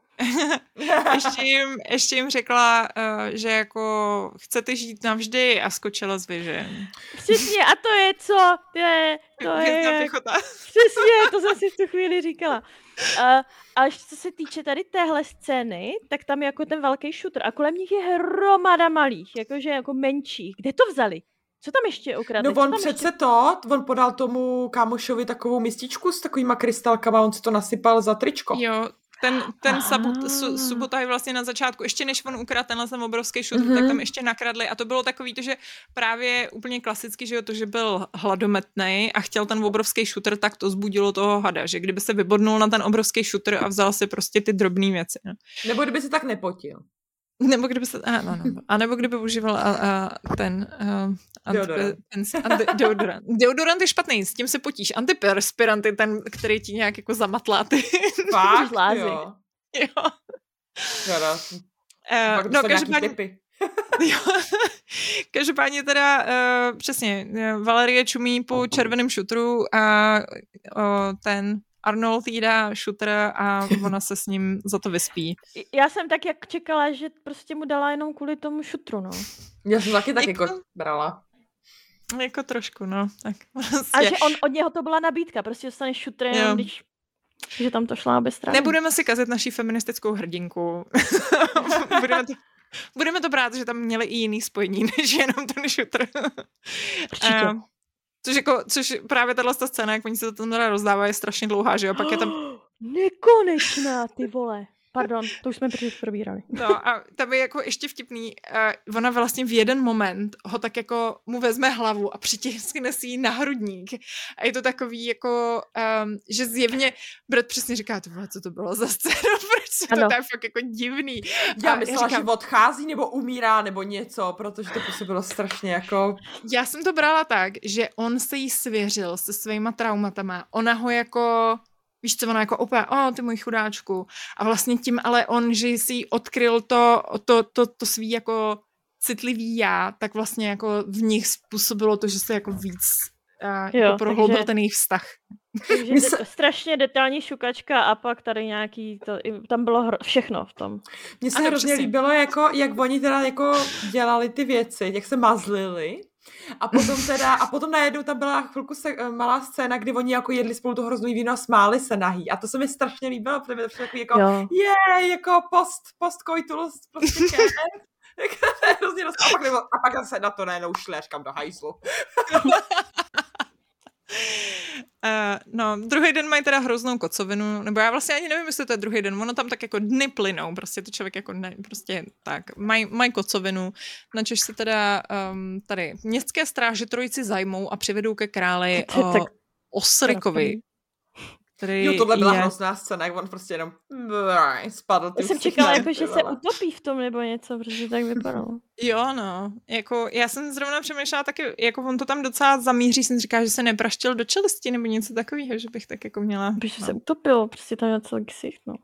ještě jim řekla, že jako chcete žít navždy a skočila z věže. Přesně, a to je co? To je... Přesně, to jsem si v tu chvíli říkala. A ještě co se týče tady téhle scény, tak tam je jako ten velký shooter a kolem nich je hromada malých, jakože jako menších. Kde to vzali? Co tam ještě ukradli? No on přece on podal tomu kámošovi takovou mističku s takovýma krystalkama, on si to nasypal za tričko. Jo, ten Subotai vlastně na začátku, ještě než on ukradl tenhle obrovský shooter, tak tam ještě nakradli a to bylo takový to, že právě úplně klasicky, že jo, to, že byl hladometnej a chtěl ten obrovský shooter, tak to zbudilo toho hada, že kdyby se vybodnul na ten obrovský shooter a vzal si prostě ty drobné věci. No. Nebo kdyby se tak nepotil. Nebo kdyby se, a nebo kdyby užíval ten deodorant. Deodorant je špatný, s tím se potíš. Antiperspirant je ten, který ti nějak jako zamatlá ty. Fakt, jo. No, každopádně teda přesně, Valerie čumí po červeném šutru a ten Arnold jí dá shooter a ona se s ním za to vyspí. Já jsem tak jak čekala, že prostě mu dala jenom kvůli tomu šutru, no. Já jsem taky jako brala. Jako trošku, no. Tak prostě. A že od něho to byla nabídka, prostě dostaneš šutr jenom, když že tam to šlo na obě strany. Nebudeme si kazit naší feministickou hrdinku. budeme to brát, že tam měli i jiný spojení, než jenom ten šutr. Což právě tato scéna, jak oni se to tam rozdávají, je strašně dlouhá, že jo? Pak je tam... Nekonečná, ty vole. Pardon, to už jsme probírali. No a tam je jako ještě vtipný, ona vlastně v jeden moment ho tak jako mu vezme hlavu a přitiskne si ji na hrudník. A je to takový jako, že zjevně Brad přesně říká, co to bylo za scénu, proč se to tak fakt jako divný. Já myslela, že odchází nebo umírá nebo něco, protože to prostě bylo strašně jako... Já jsem to brala tak, že on se jí svěřil se svýma traumatama. Ona ho jako... Víš co, ona jako opět, ty můj chudáčku. A vlastně tím, ale on, že si odkryl to svý jako citlivý já, tak vlastně jako v nich způsobilo to, že se jako víc jako prohloubil ten jejich vztah. Takže strašně detailní šukačka a pak tady nějaký, tam bylo všechno v tom. Mně se hrozně líbilo, jako, jak oni teda jako dělali ty věci, jak se mazlili. A potom najednou tam byla chvilku malá scéna, kdy oni jako jedli spolu to hrozný víno a smáli se nahý. A to se mi strašně líbilo, protože mi to přišlo takový jako, jako post-coitus, prostě to je hrozně dost. A pak se na to najednou šli a říkám do hajzlu. No, druhý den mají teda hroznou kocovinu, nebo já vlastně ani nevím, jestli to je druhý den, ono tam tak jako dny plynou, prostě to člověk jako ne, prostě tak, mají kocovinu, načež se teda tady městské stráže trojici zajmou a přivedou ke králi Osrikovi. Jo, tohle byla hrozná scéna, jak on prostě jenom spadl. Já jsem čekala, jako, že se utopí v tom nebo něco, protože tak vypadalo. Jo, no, jako já jsem zrovna přemýšlela taky, jako on to tam docela zamíří, jsem říkala, že se nepraštil do čelisti nebo něco takového, že bych tak jako měla. Protože se utopilo, prostě tam je celý ksicht, no.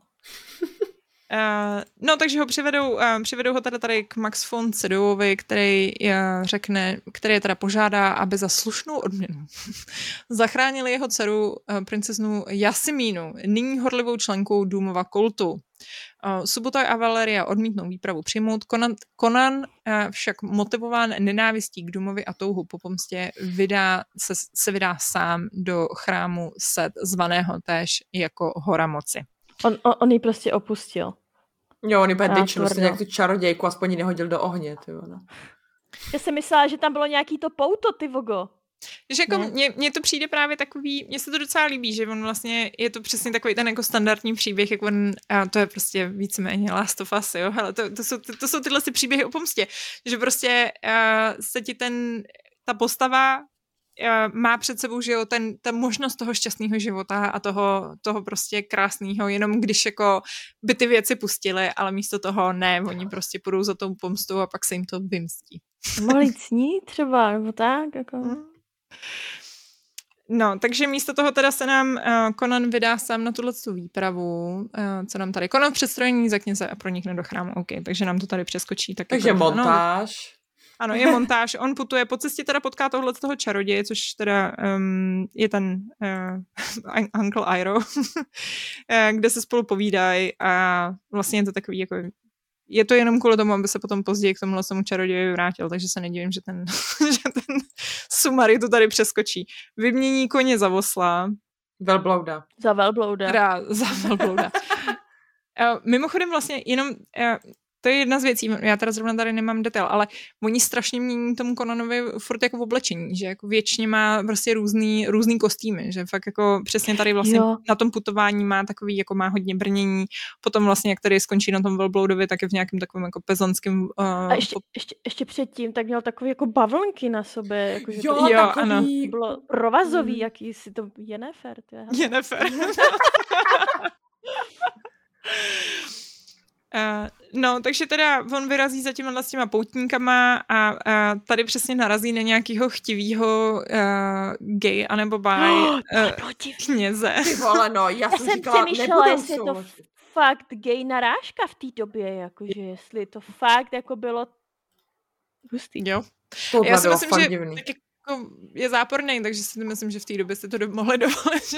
No, takže ho přivedou ho tady k Max von Sydowoovi, který je teda požádá, aby za slušnou odměnu zachránili jeho dceru, princeznu Jasmínu, nyní horlivou členkou Doomova kultu. Subotai a Valeria odmítnou výpravu přijmout, Conan však motivován nenávistí k Doomovi a touhu po pomstě se vydá sám do chrámu Set, zvaného též jako Hora moci. On ji prostě opustil. Jo, on ji bude dyčil, prostě nějak tu čarodějku, aspoň ji nehodil do ohně, ty no. Já jsem myslela, že tam bylo nějaký to pouto, ty vogo. Že jako mně to přijde právě takový, mně se to docela líbí, že on vlastně, je to přesně takový ten jako standardní příběh, jak on, to je prostě víceméně Last of Us, jo, hele, to jsou tyhle příběhy o pomstě, že prostě se ti ta postava má před sebou, že jo, ta možnost toho šťastného života a toho prostě krásného, jenom když jako by ty věci pustily, ale místo toho ne, oni prostě půjdou za tou pomstou a pak se jim to vymstí. Mohli snít třeba, nebo tak, jako... No, takže místo toho teda se nám Conan vydá sám na tuhletu výpravu, co nám tady Conan v předstrojení za kněze a pronikne do chrámu, OK, takže nám to tady přeskočí. Takže montáž. Ano, je montáž. On putuje, po cestě teda potká toho čaroděje, což teda je ten Uncle Iroh, kde se spolu povídají a vlastně je to takový jako, je to jenom kvůli tomu, aby se potom později k tomuhle čaroději vrátil, takže se nedivím, že ten Sumari to tady přeskočí. Vymění koně za osla. Velblouda. Za velblouda. Za velblouda. Mimochodem vlastně jenom... To je jedna z věcí, já teda zrovna tady nemám detail, ale oni strašně mění tomu Conanovi furt jako v oblečení, že jako většině má prostě různý kostýmy, že fakt jako přesně tady vlastně na tom putování má takový, jako má hodně brnění, potom vlastně jak tady skončí na tom velbloudovi, tak je v nějakém takovém jako pezonském... A ještě předtím, tak měl takový jako bavlnky na sobě, jako, že jo, to ano. Bylo provazový, jaký si to Yennefer. Yennefer. No, takže teda on vyrazí za s těma poutníkama a tady přesně narazí na nějakého chtivýho gay anebo kněze. Ty vole, no, já jsem říkala, přemýšlela, jestli je to fakt gay narážka v té době, jakože jestli to fakt jako bylo hustý. Jo. Tohle já si bylo myslím, fakt že divný. Jako je záporný, takže si myslím, že v té době jste to mohli dovolit.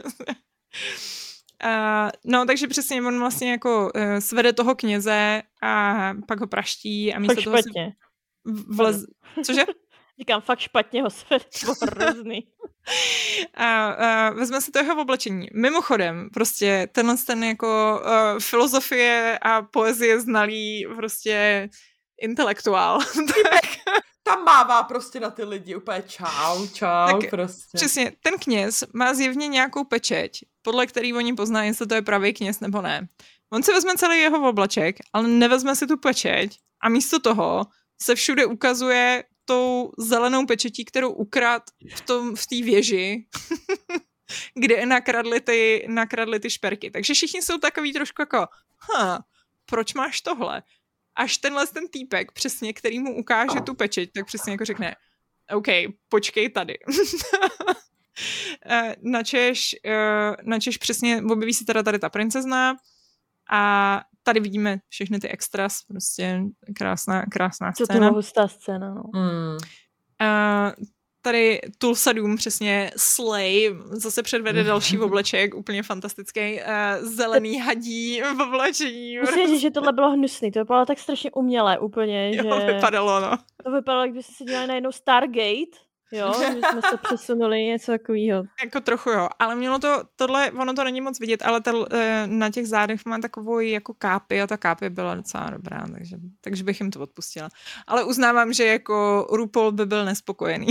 No, takže přesně on vlastně jako svede toho kněze a pak ho praští a místo toho špatně. Cože? Říkám, fakt špatně ho svede, to hrozný. A vezme si to jeho oblečení. Mimochodem, prostě ten jako filozofie a poezie znalý prostě intelektuál. Tam mává prostě na ty lidi úplně čau, tak prostě. Přesně, ten kněz má zjevně nějakou pečeť, podle který oni poznají, jestli to je pravý kněz nebo ne. On si vezme celý jeho obleček, ale nevezme si tu pečeť a místo toho se všude ukazuje tou zelenou pečetí, kterou v té věži, kde nakradli ty šperky. Takže všichni jsou takový trošku jako, proč máš tohle? Až ten týpek, přesně, který mu ukáže tu pečeť, tak přesně jako řekne, OK, počkej tady. načež přesně objeví se teda tady ta princezna a tady vidíme všechny ty extras, prostě krásná Co scéna. to hustá scéna, no. tady Tulsa Doom přesně Slay zase předvede další obleček, úplně fantastický, zelený hadí v oblečení. Musím říct, že tohle bylo hnusný, to vypadalo tak strašně uměle úplně, Jo, že... vypadalo, no. To vypadalo, jak byste si dělali najednou Stargate, jo, že jsme se přesunuli, něco takového. Jako trochu jo, ale mělo to, tohle, ono to není moc vidět, ale na těch zádech má takovou jako kápy a ta kápy byla docela dobrá, takže bych jim to odpustila. Ale uznávám, že jako RuPaul by byl nespokojený.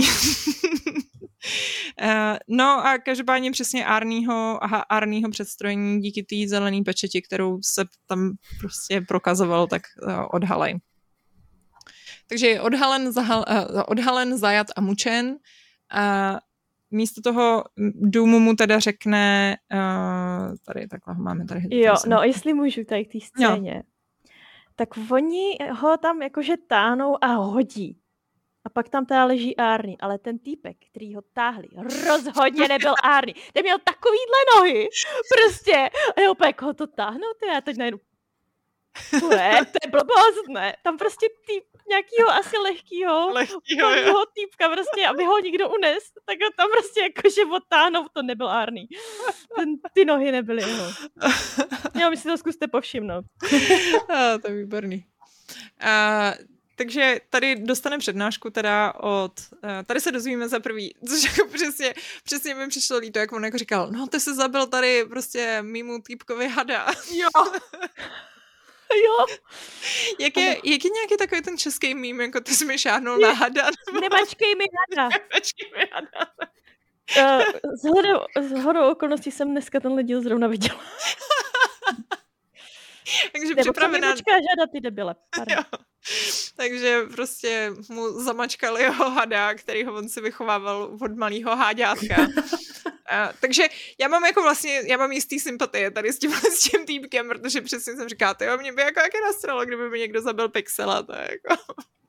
No a každopádně přesně Arnieho předstrojení díky té zelené pečeti, kterou se tam prostě prokazoval, tak odhalej. Takže je odhalen, zajat a mučen. A místo toho Doomu mu teda řekne, tady takhle ho máme tady. Jo, no jestli můžu tady k té scéně, tak oni ho tam jakože táhnou a hodí. A pak tam teda leží Arnie, ale ten týpek, který ho táhli, rozhodně nebyl Arnie. Ten měl takovýhle nohy, prostě. A jo, jak ho to táhnou, já teď najednou. To je blbost, ne? Tam prostě nějakýho asi lehkýho týpka prostě, aby ho někdo unes, tak ho tam prostě jakože odtáhnou, to nebyl Arnie. Ty nohy nebyly jeho. Jo, my si to zkuste povšimnout. To je výborný. Takže tady dostane přednášku teda tady se dozvíme za prvý, což jako přesně mi přišlo líto, jak on jako říkal, no ty se zabil tady prostě mýmu týpkovi hada. Jo. Jo. Jak je nějaký takový ten český mím, jako ty jsi mi šáhnul na hada? Nemačkej mi hada. Z hodou okolností jsem dneska tenhle díl zrovna viděla. Takže připravená... Nebo žádat ty debile. Takže prostě mu zamačkali jeho hada, který ho on si vychovával od malého háďátka. Takže já mám jistý sympatie tady s tím týpkem, protože přesně jsem říkala, jo, mě by jako jaké nastralo, kdyby mi někdo zabil Pixela, to je jako...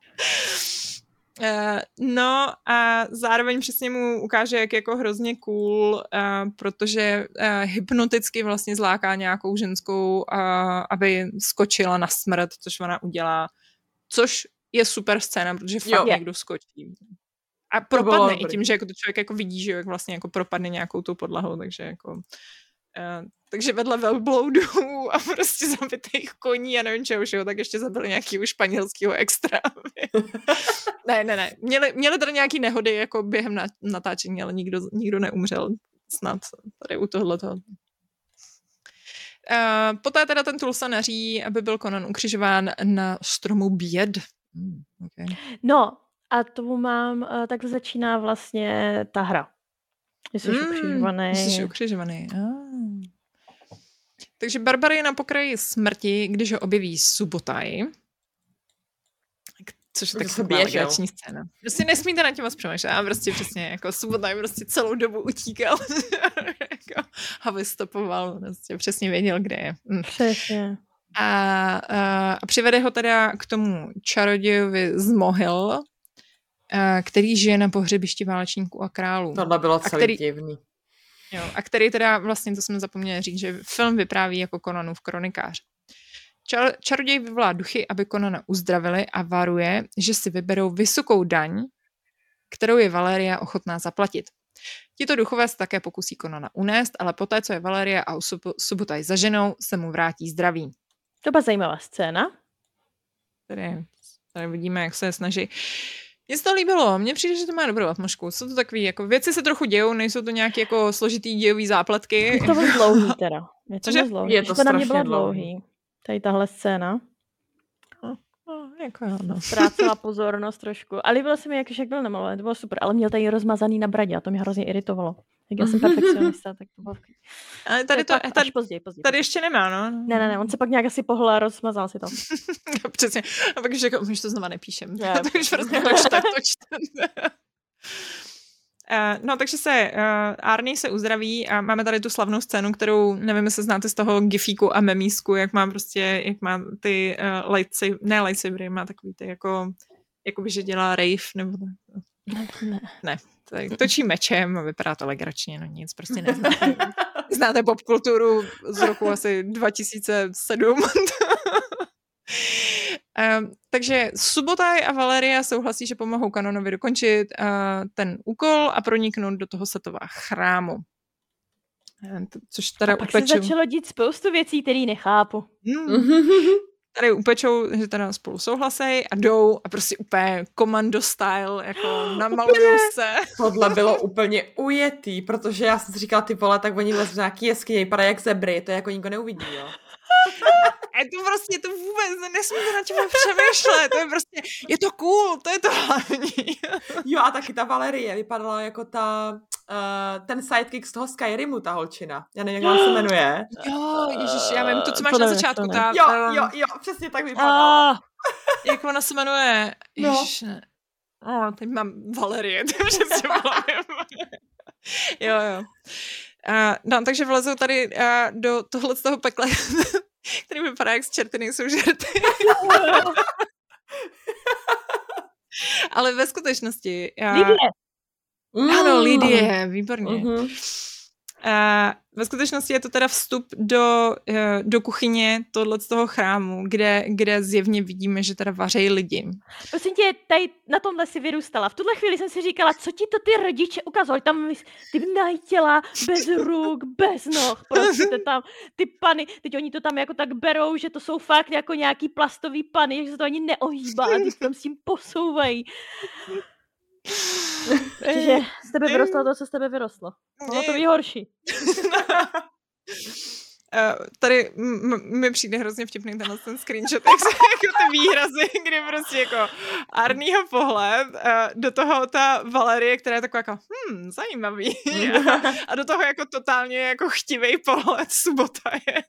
No a zároveň přesně mu ukáže, jak jako hrozně cool, protože hypnoticky vlastně zláká nějakou ženskou, aby skočila na smrt, což ona udělá, což je super scéna, protože fakt někdo skočí. A propadne i tím, že jako to člověk jako vidí, že jak vlastně jako propadne nějakou tou podlahou, takže jako... takže vedle velbloudů a prostě zabitých koní a nevím čeho všeho, tak ještě zabili nějakýho španělského extra. Ne. Měli tady nějaký nehody jako během natáčení, ale nikdo neumřel snad tady u tohletoho. Poté teda ten Tulsa naří, aby byl Conan ukřižován na stromu běd. Okay. No, a tomu takhle začíná vlastně ta hra. Jsi ukřižovaný. Takže Barbara je na pokraji smrti, když ho objeví Subotai. Což je taková legrační scéna. Prostě nesmíte nad tím moc přemýšlet. A prostě přesně jako Subotai prostě celou dobu utíkal. Jako, a vystopoval. Prostě přesně věděl, kde je. Přesně. A přivede ho teda k tomu čarodějovi z mohyl, který žije na pohřebišti válečníků a králů. Tohle bylo celý divný. Jo, a který teda, vlastně to jsme zapomněli říct, že film vypráví jako Conanův kronikář. Čaroděj vyvolá duchy, aby Conana uzdravili a varuje, že si vyberou vysokou daň, kterou je Valeria ochotná zaplatit. Tito duchové se také pokusí Conana unést, ale poté, co je Valeria a Subotai zaženou, se mu vrátí zdraví. To byla zajímavá scéna. Tady vidíme, jak se snaží. Mně se to líbilo, mně přijde, že to má dobrou atmosféru. Jsou to takový, jako věci se trochu dějou, nejsou to nějaké jako složitý dějový zápletky. Je to moc dlouhý teda. Je to na mě bylo dlouhý. Tady tahle scéna. Jako no. Ztrácela pozornost trošku. A líbilo se mi, jak byl namalovaný, to bylo super, ale měl tady rozmazaný na bradě a to mě hrozně iritovalo. Tak já jsem perfekcionista, tak to bylo... Ale tady později. Tady ještě nemá, no. Ne, on se pak nějak asi pohl a rozmazal si to. Přesně. A pak už řekl, my to znova nepíšem. Tak už prostě toč. No, takže Arnie se uzdraví a máme tady tu slavnou scénu, kterou, nevím, jestli znáte z toho gifíku a memísku, jak má ty lightsabery, má takový ty jako by, že dělá rave, nebo... Ne. Tak točí mečem a vypadá to legračně, no nic, prostě neznáte. Znáte popkulturu z roku asi 2007. Takže Subotaj a Valeria souhlasí, že pomohou Kanonovi dokončit ten úkol a proniknout do toho Setova chrámu. Což teda a pak se začalo dít spoustu věcí, které nechápu. Tady upečou, že teda spolu souhlasej a jdou a prostě úplně komando style, jako namalujou se. Tohle bylo úplně ujetý, protože já jsem si říkala, ty vole, tak oni vlezou nějaký jeskyně, vypadá jak zebry, to jako nikdo neuvidí, jo. To vůbec nesmíte na tím přemýšlet, to je prostě, je to cool, to je to hlavní. Jo a taky ta Valerie vypadala jako ten sidekick z toho Skyrimu, ta holčina. Já nevím, jak se jmenuje. Jo, ježiš, já vím, to, co máš na začátku. Jo, přesně tak vypadala. Jak ona se jmenuje? Ježiš, teď mám Valerie, to přesně Jo. No, takže vlezou tady do tohle z toho pekla, který vypadá jak z čerty nejsou žerty. Ale ve skutečnosti... Ano, Lidie, výborně. Ve skutečnosti je to teda vstup do kuchyně tohle z toho chrámu, kde zjevně vidíme, že teda vařejí lidi. Prosím tě, tady na tomhle si vyrůstala. V tuhle chvíli jsem si říkala, co ti to ty rodiče ukazovali. Tam ty najtěla bez ruk, bez noh. Prostě tam ty pany, teď oni to tam jako tak berou, že to jsou fakt jako nějaký plastový pany, že se to ani neohýbá, když tam s tím posouvají. Takže z tebe vyrostlo to, co z tebe vyrostlo. Mohlo to být horší. Tady mi přijde hrozně vtipný ten screenshot, jak se jako ty výrazy, kdy prostě jako Arnýho pohled, do toho ta Valerie, která je taková jako zajímavý. A do toho jako totálně jako chtivej pohled Subotaje.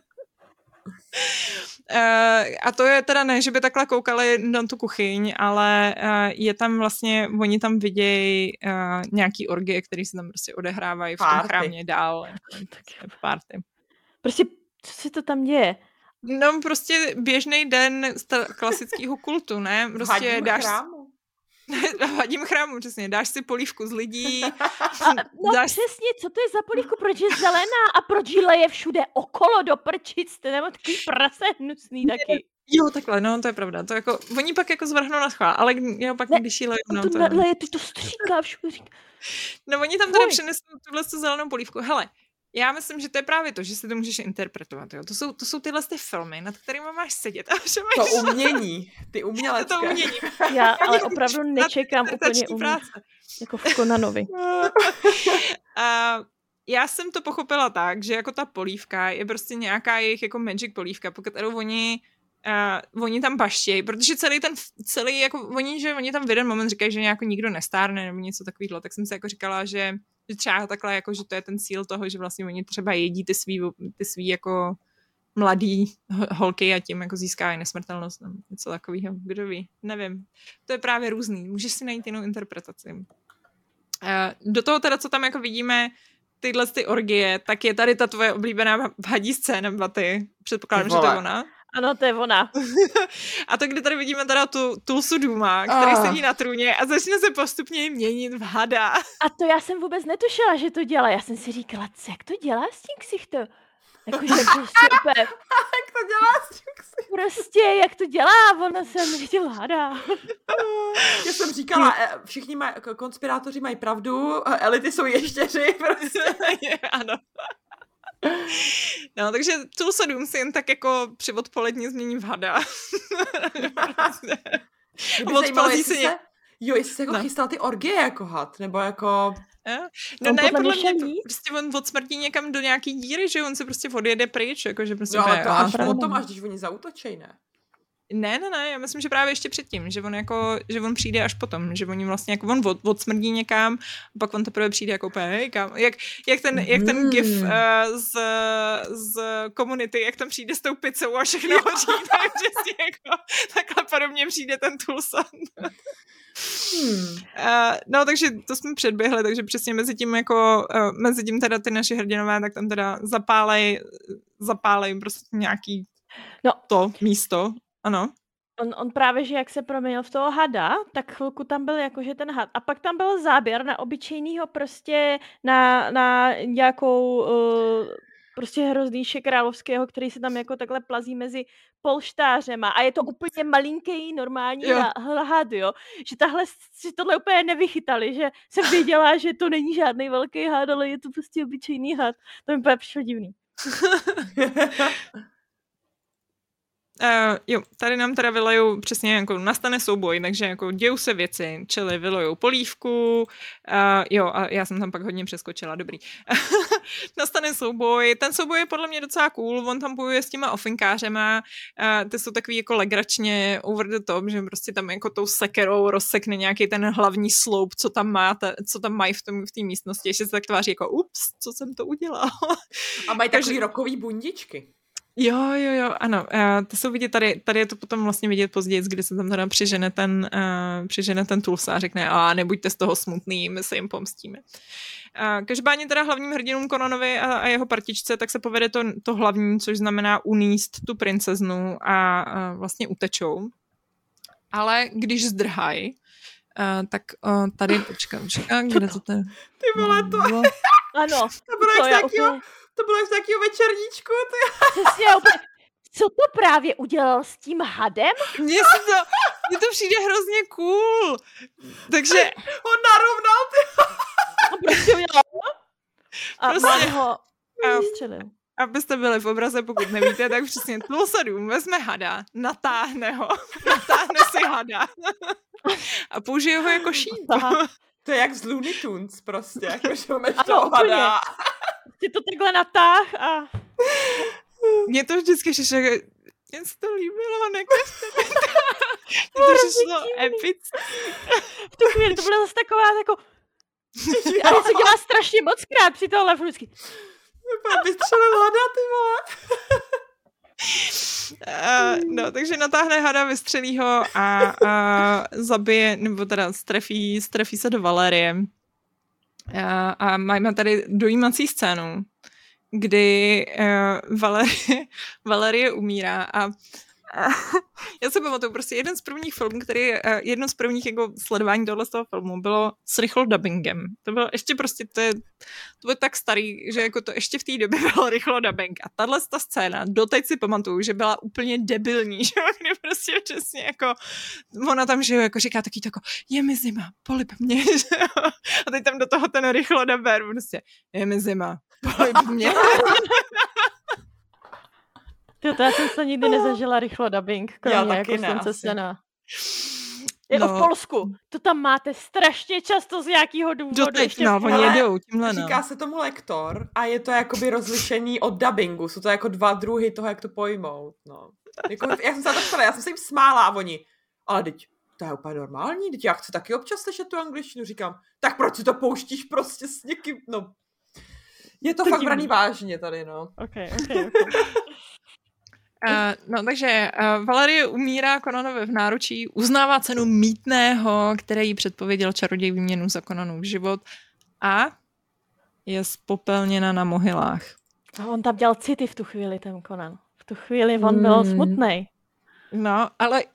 A to je teda ne, že by takhle koukali na tu kuchyň, ale je tam vlastně, oni tam vidějí nějaký orgie, který se tam prostě odehrávají v tom chrámě dál. Party. Prostě, co se to tam děje? No prostě běžný den klasického kultu, ne? Prostě v hadím chrámu, přesně. Dáš si polívku z lidí. Přesně, co to je za polívku? Proč je zelená a proč jí leje všude okolo do prčic? To nebo takový prase hnusný taky. Jo, takhle, no, to je pravda. To jako, oni pak jako zvrhnou na schvál, ale jo, pak když jí lejou, no, to leje, to stříká všude. No, oni tam teda přinesou tuhle zelenou polívku. Hele, já myslím, že to je právě to, že si to můžeš interpretovat. Jo. To jsou tyhle filmy, nad kterými máš sedět. A to umění, ty umělecké. To umění. Já ale opravdu nečekám úplně jako v Conanovi. Já jsem to pochopila tak, že jako ta polívka je prostě nějaká jejich jako magic polívka, pokud oni tam baštějí, protože celý jako oni tam v jeden moment říkají, že nějak nikdo nestárne nebo něco takového, tak jsem si jako říkala, že třeba takhle, jako, že to je ten cíl toho, že vlastně oni třeba jedí ty svý jako mladý holky a tím jako získávají nesmrtelnost nebo něco takového, kdo ví, nevím. To je právě různý, můžeš si najít jinou interpretaci. Do toho teda, co tam jako vidíme, tyhle ty orgie, tak je tady ta tvoje oblíbená hadí scéna, Baty. Předpokládám, že to je ona. Ano, to je ona. A to, kdy tady vidíme teda tu Tulsu Duma, který sedí na trůně a začne se postupně měnit v hada. A to já jsem vůbec netušila, že to dělá. Já jsem si říkala, jak to dělá s tím ksichtem? Jakože prostě úplně... Jak to dělá s tím ksichtem? Prostě, jak to dělá, ona se měnil hada. Já jsem říkala, všichni konspirátoři mají pravdu, elity jsou ještěři, prostě. Ano. No, takže Tulsa Doom si jen tak jako při odpolední změní v hada. Odplazí si Jo, jestli se jako chystá ty orgie jako had, nebo jako... No ne, podle mě prostě on odsmrtí někam do nějaký díry, že on se prostě odjede pryč, jako že prostě... No, ale to až potom, až když oni zaútočej, ne? Ne, já myslím, že právě ještě předtím, že on přijde až potom, že oni vlastně jako on odsmrdí někam, a pak on teprve přijde jako úplně, hej, kam, jak ten gif z Community, jak tam přijde s tou pizzou a všechno hoří, tak přesně jako takhle podobně přijde ten Tulsa. No, takže to jsme předběhli, takže přesně mezi tím teda ty naši hrdinové, tak tam teda zapálej prostě nějaký to místo. Ano. On právě, že jak se proměnil v toho hada, tak chvilku tam byl jakože ten had. A pak tam byl záběr na obyčejnýho prostě na nějakou prostě hroznýše královského, který se tam jako takhle plazí mezi polštářema a je to úplně malinký normální had, jo. Že tohle úplně nevychytali, že jsem věděla, že to není žádný velký had, ale je to prostě obyčejný had. To mi úplně přišlo divný. Jo, tady nám teda vylejou přesně jako nastane souboj, takže jako dějou se věci, čili vylejou polívku, jo, a já jsem tam pak hodně přeskočila, dobrý. Nastane souboj, ten souboj je podle mě docela cool, on tam bojuje s těma ofinkářema, ty jsou takový jako legračně over the top, že prostě tam jako tou sekerou rozsekne nějaký ten hlavní sloup, co tam mají v té místnosti, ještě se tak tváří jako ups, co jsem to udělal. A mají takový rokový bundičky. Jo, ano. To jsou vidět tady je to potom vlastně vidět později, kdy se tam teda přižene ten Tulsa a řekne, nebuďte z toho smutný, my se jim pomstíme. Každopádně teda hlavním hrdinům Conanovi a jeho partičce, tak se povede to hlavní, což znamená uníst tu princeznu a vlastně utečou. Ale když zdrhají, tak tady, počkám, kde to ten... Ty vole, to... Ano, to bylo jak z nějakého večerníčku. Přesně, co to právě udělal s tím hadem? Mně to přijde hrozně cool. Takže... On narovnal Prostě udělal. A prostě ho vystřelil. Abyste byli v obraze, pokud nevíte, tak přesně Tulsa Doom vezme hada, natáhne si hada a použije ho jako šíp. To je jak z Looney Tunes prostě, jakože máš toho hada. Ty to takhle natáh a... Mně to vždycky šlo, mně se to líbilo, nekažte mi to. Mně to šlo epické. V tu chvíli to bylo zase taková jako... Ale se dělá strašně moc krát při tohle vždycky. Vystřelil hada, ty vole. No, takže natáhne hada, vystřelí ho a zabije, nebo teda strefí se do Valérie. A máme tady dojímací scénu, kdy Valérie umírá a já se pamatuju, prostě jeden z prvních filmů, jedno z prvních jako sledování tohle z toho filmu bylo s rychlo dubbingem. To bylo ještě prostě, to bylo tak starý, že jako to ještě v té době bylo rychlo dubbing. A tahle ta scéna, doteď si pamatuju, že byla úplně debilní, že kdy prostě přesně jako, ona tam, že jako říká taky jako, je mi zima, polib mě, že jo? A teď tam do toho ten rychlo dubber, prostě, je mi zima, polib mě. To já jsem se nikdy nezažila rychlo dubbing, kromě jako Slunce Sena. Jako v Polsku. To tam máte strašně často z nějakého důvodu. Doteď, oni jedou tímhle, Říká se tomu lektor a je to jakoby rozlišení od dubbingu. Jsou to jako dva druhy toho, jak to pojmout. No. Jako, já jsem se na to ptala, já jsem se jim smála a oni, ale teď to je úplně normální, teď já chci taky občas slyšet tu angličtinu, říkám, tak proč si to pouštíš prostě s někým, no. Je to fakt braný vážně tady, no. Okay. Takže Valérie umírá Conanovi v náručí, uznává cenu mýtného, který jí předpověděl čaroděj výměnu za Conanův život a je spopelněna na mohylách. A on tam dělal city v tu chvíli, ten Conan. V tu chvíli on byl smutnej. No, ale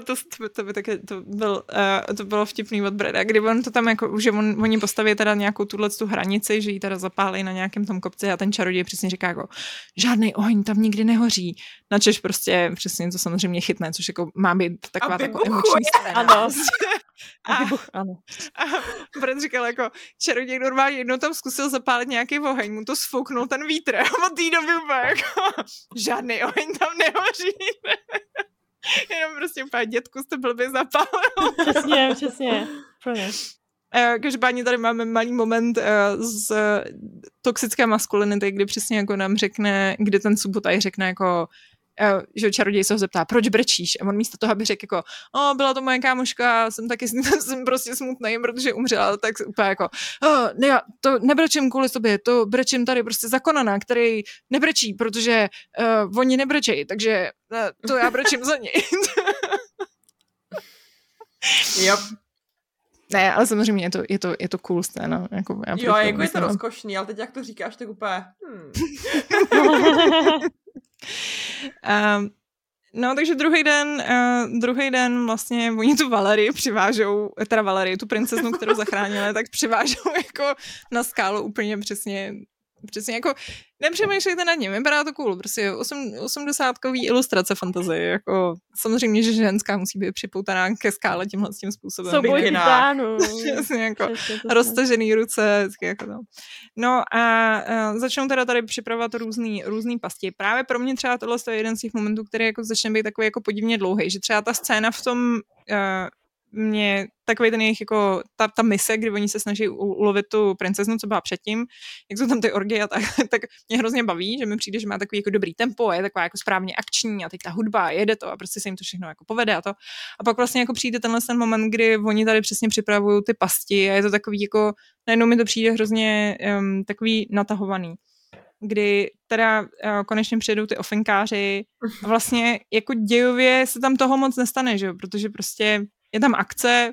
to bylo vtipný od Breda, kdy on to tam jako, že oni postaví teda nějakou tu hranici, že ji teda zapálí na nějakém tom kopci a ten čaroděj přesně říká jako, žádný oheň tam nikdy nehoří. Načež prostě přesně to samozřejmě chytne, což jako má být taková jako emoční scéna. Ano. Ano. A Brad říkal jako, čaroděj normálně jednou tam zkusil zapálit nějaký oheň, mu to sfouknul ten vítr a od té doby jako, žádný oheň tam nehoří. Jenom prostě úplně, dětku, jste blbě zapálil. Přesně. Každopádně tady máme malý moment z toxické maskulinity, kdy přesně jako nám řekne, kdy ten Subotai řekne jako, že čaroděj se ho zeptá, proč brečíš? A on místo toho, aby řekl jako, byla to moje kámoška, jsem prostě smutný, protože umřela, tak úplně jako, ne, já to nebrečím kvůli sobě, to brečím tady prostě za Conana, který nebrečí, protože oni nebrečejí, takže to já brečím za něj. Yep. Ne, ale samozřejmě je to cool scéna. Jako je to rozkošný, ale teď jak to říkáš, tak úplně... No, takže druhý den vlastně oni tu Valérii přivážou, tu princeznu, kterou zachránili, tak přivážou jako na skálu úplně přesně Přesně jako nepřemýšlejte nad ním, vypadá to cool, prostě 80kový ilustrace fantazie, jako samozřejmě, že ženská musí být připoutaná ke skále tímhle tím způsobem. Souboj titánů. Přesně jako roztažený ruce, jako to. No a začnou teda tady připravovat různý pasti. Právě pro mě třeba tohle je jeden z těch momentů, který jako začne být takový jako podivně dlouhý, že třeba ta scéna v tom mě takový ten jejich jako ta mise, kdy oni se snaží ulovit tu princeznu, co byla předtím, jak jsou tam ty orgie a tak mě hrozně baví, že mi přijde, že má takový jako dobrý tempo, je taková jako správně akční a teď ta hudba jede to a prostě se jim to všechno jako povede a to. A pak vlastně jako přijde ten moment, kdy oni tady přesně připravují ty pasti a je to takový jako, najednou mi to přijde hrozně takový natahovaný, kdy teda konečně přijedou ty ofinkáři a vlastně jako dějově se tam toho moc nestane, že jo, protože prostě je tam akce,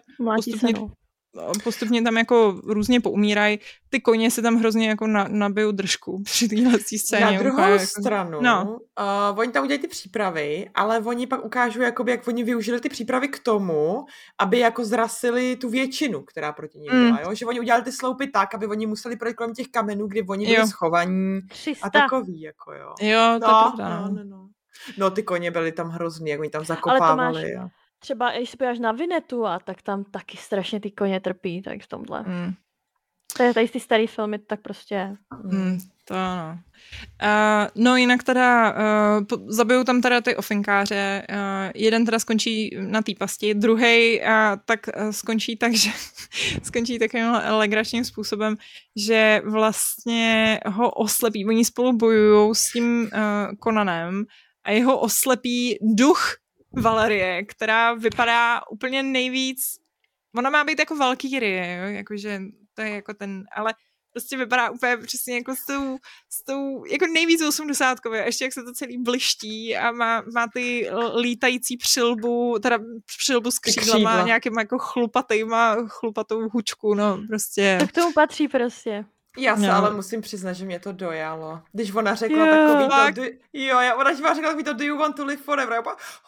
postupně tam jako různě poumírají, ty koně se tam hrozně jako nabijou držku při téhle scéně. Na druhou stranu, oni tam udělají ty přípravy, ale oni pak ukážou, jakoby, jak oni využili ty přípravy k tomu, aby jako zrasili tu většinu, která proti ním byla, jo? Že oni udělali ty sloupy tak, aby oni museli projít kolem těch kamenů, kdy oni byli schovaní 300. a takový, jako jo. Jo, to je pravda. No, ty koně byly tam hrozný, jak oni tam zakopávali. Třeba, když se podíváš na Vinetu, a tak tam taky strašně ty koně trpí, tak v tomhle. To je tady ty starý filmy, tak prostě... To ano. No jinak teda zabijou tam teda ty ofinkáře, jeden teda skončí na té pasti, druhej tak skončí tak, že skončí takovým legračním způsobem, že vlastně ho oslepí, oni spolu bojujou s tím Conanem a jeho oslepí duch Valerie, která vypadá úplně nejvíc, ona má být jako valkýrie, jo? Jakože to je jako ten, ale prostě vypadá úplně přesně jako s tou jako nejvíc 80kově, ještě jak se to celý bliští a má ty lítající přilbu s křídlama, nějakým jako chlupatou hučku, no prostě. To k tomu patří prostě. Já se ale musím přiznat, že mě to dojalo. Když ona řekla takový to... ona řekla takový to do you want to live forever?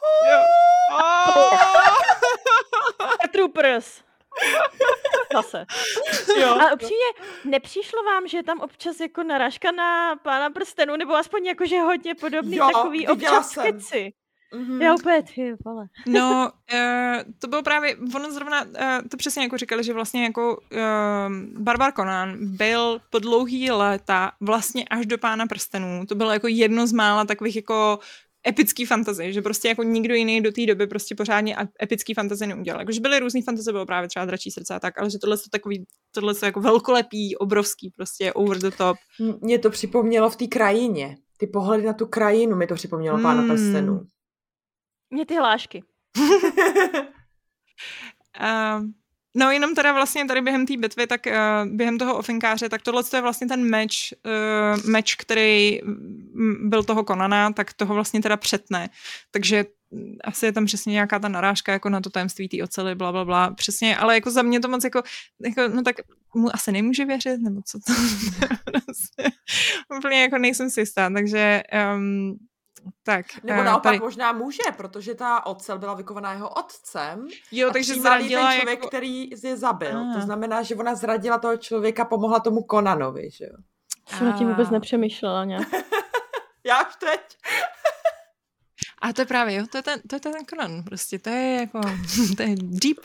Troopers. Zase. Jo. A upřímně, nepřišlo vám, že je tam občas jako narážka na Pána prstenů, nebo aspoň jakože hodně podobný takový občas skeci? Já úplně, ty vole. No, to bylo právě, ono zrovna, to přesně jako říkali, že vlastně jako Barbar Conan byl po dlouhý léta vlastně až do Pána prstenů. To bylo jako jedno z mála takových jako epický fantasy, že prostě jako nikdo jiný do té doby prostě pořádně epický fantasy neudělal. Jakože byly různý fantasy, bylo právě třeba Dračí srdce a tak, ale že tohle je jako velkolepý, obrovský, prostě over the top. Mě to připomnělo v té krajině. Ty pohledy na tu krajinu mi to připomnělo Pána prstenů. Mě ty hlášky. No jenom teda vlastně tady během té bitvy, tak během toho ofinkáře, tak tohle je vlastně ten meč, který byl toho Conana, tak toho vlastně teda přetne. Takže asi je tam přesně nějaká ta narážka jako na to tajemství té ocely, blablabla, přesně, ale jako za mě to moc jako no tak mu asi nemůže věřit, nebo co to úplně jako nejsem si jistá, takže tak. Nebo naopak tady... možná může, protože ta ocel byla vykovaná jeho otcem. Jo, takže zradila ten člověk, který je zabil. To znamená, že ona zradila toho člověka, pomohla tomu Conanovi, že jo? Jsem na tím vůbec nepřemýšlela nějak. Já už teď. A to je právě, jo, to je ten Conan, prostě, to je jako, to je deep.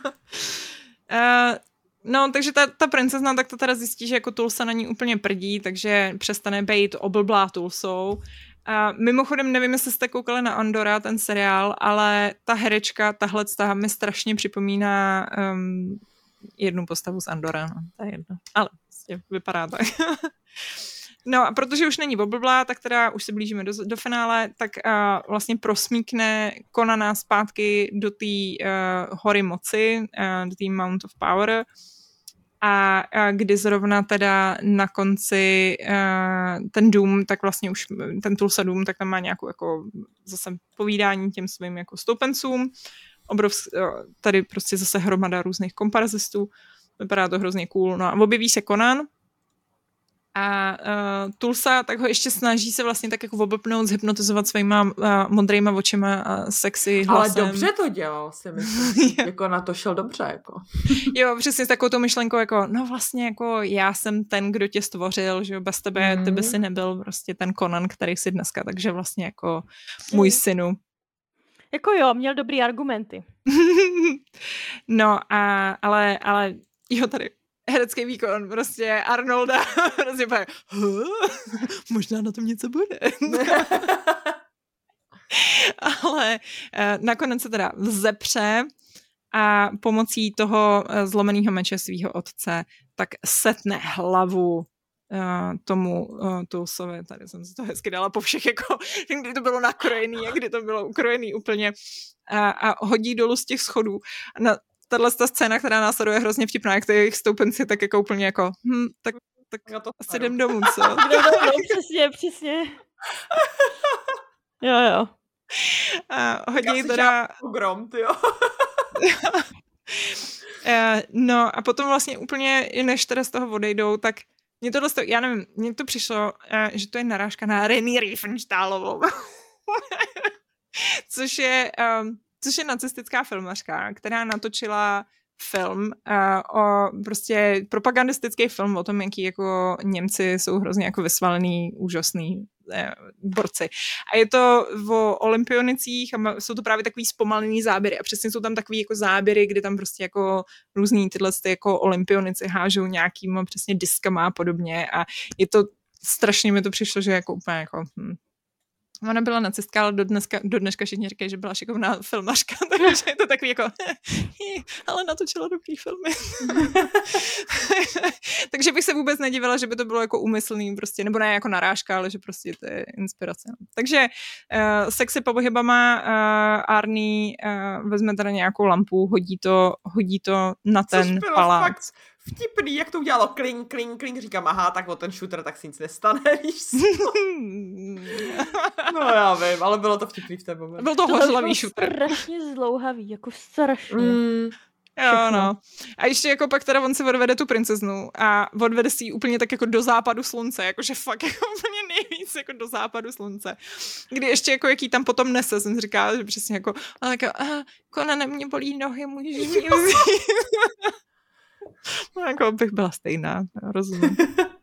No, takže ta princezna tak to teda zjistí, že jako Tulsa na ní úplně prdí, takže přestane bejt oblblá Tulsou. A mimochodem, nevím, jestli jste koukali na Andora, ten seriál, ale ta herečka, tahle mi strašně připomíná jednu postavu z Andora, no, to je jedno, ale prostě vypadá tak. No a protože už není oblblá, tak teda už se blížíme do finále, tak vlastně prosmíkne Conana zpátky do té hory moci, do té Mount of Power, a kdy zrovna teda na konci ten dům, tak vlastně už ten Tulsa dům, tak tam má nějakou jako zase povídání těm svým jako stoupencům. Tady prostě zase hromada různých komparazistů. Vypadá to hrozně cool. No a objeví se Conan A Tulsa tak ho ještě snaží se vlastně tak jako oblbnout, zhypnotizovat svýma modrýma očima a sexy hlasem. Ale dobře to dělal, si myslím. Jako na to šel dobře, jako. Jo, přesně s takovou tou myšlenkou, jako no vlastně jako já jsem ten, kdo tě stvořil, že jo, bez tebe, ty by si nebyl prostě ten Conan, který jsi dneska, takže vlastně jako můj synu. Jako jo, měl dobrý argumenty. No, ale jo, tady herecký výkon, prostě Arnolda, prostě možná na tom něco bude. Ale nakonec se teda vzepře a pomocí toho zlomeného meče svého otce tak setne hlavu tomu Tulsovi, tady jsem si to hezky dala po všech, jako kdy to bylo nakrojený a kdy to bylo ukrojený úplně a hodí dolů z těch schodů. Tahle scéna, která následuje, je hrozně vtipná, jak ty jejich stoupenci tak jako úplně jako tak asi jdem domů, co? Přesně. Jo. A hodí teda... Grom, tyjo. No a potom vlastně úplně, než teda z toho odejdou, tak mě tohle, já nevím, mně to přišlo, že to je narážka na Leni Riefenstahlovou. což je nacistická filmařka, která natočila film o prostě propagandistický film o tom, jaký jako Němci jsou hrozně jako vysvalený, úžasný borci. A je to o olympionicích a jsou to právě takový zpomalený záběry a přesně jsou tam takový jako záběry, kdy tam prostě jako různý tyhle jako olympionici hážou nějakýma přesně diskama a podobně a je to strašně mi to přišlo, že jako úplně jako ona byla nacistka, ale do dneška všichni říkají, že byla šikovná filmařka, takže je to takový jako ale natočila dobrý filmy. Takže bych se vůbec nedivila, že by to bylo jako úmyslný prostě, nebo ne jako narážka, ale že prostě to je inspirace. Takže sexy pohybama Arnie vezme teda nějakou lampu, hodí to na ten palác. Fakt vtipný, jak to udělalo kling, říkám, aha, tak o ten shooter, tak si nic nestane, víš. No já vím, ale bylo to vtipný v té momentu. Byl to hořlavý shooter. Strašně zdlouhavý, jako strašně. Jo, no. A ještě jako pak teda on si odvede tu princeznu a odvede si ji úplně tak jako do západu slunce, jakože fakt jako úplně nejvíc jako do západu slunce. Kdy ještě jako jaký tam potom nese, jsem si říkala, že přesně jako, ale jako, Konane, mě bolí nohy, můžeš mě vzít. No, jako bych byla stejná, rozumím.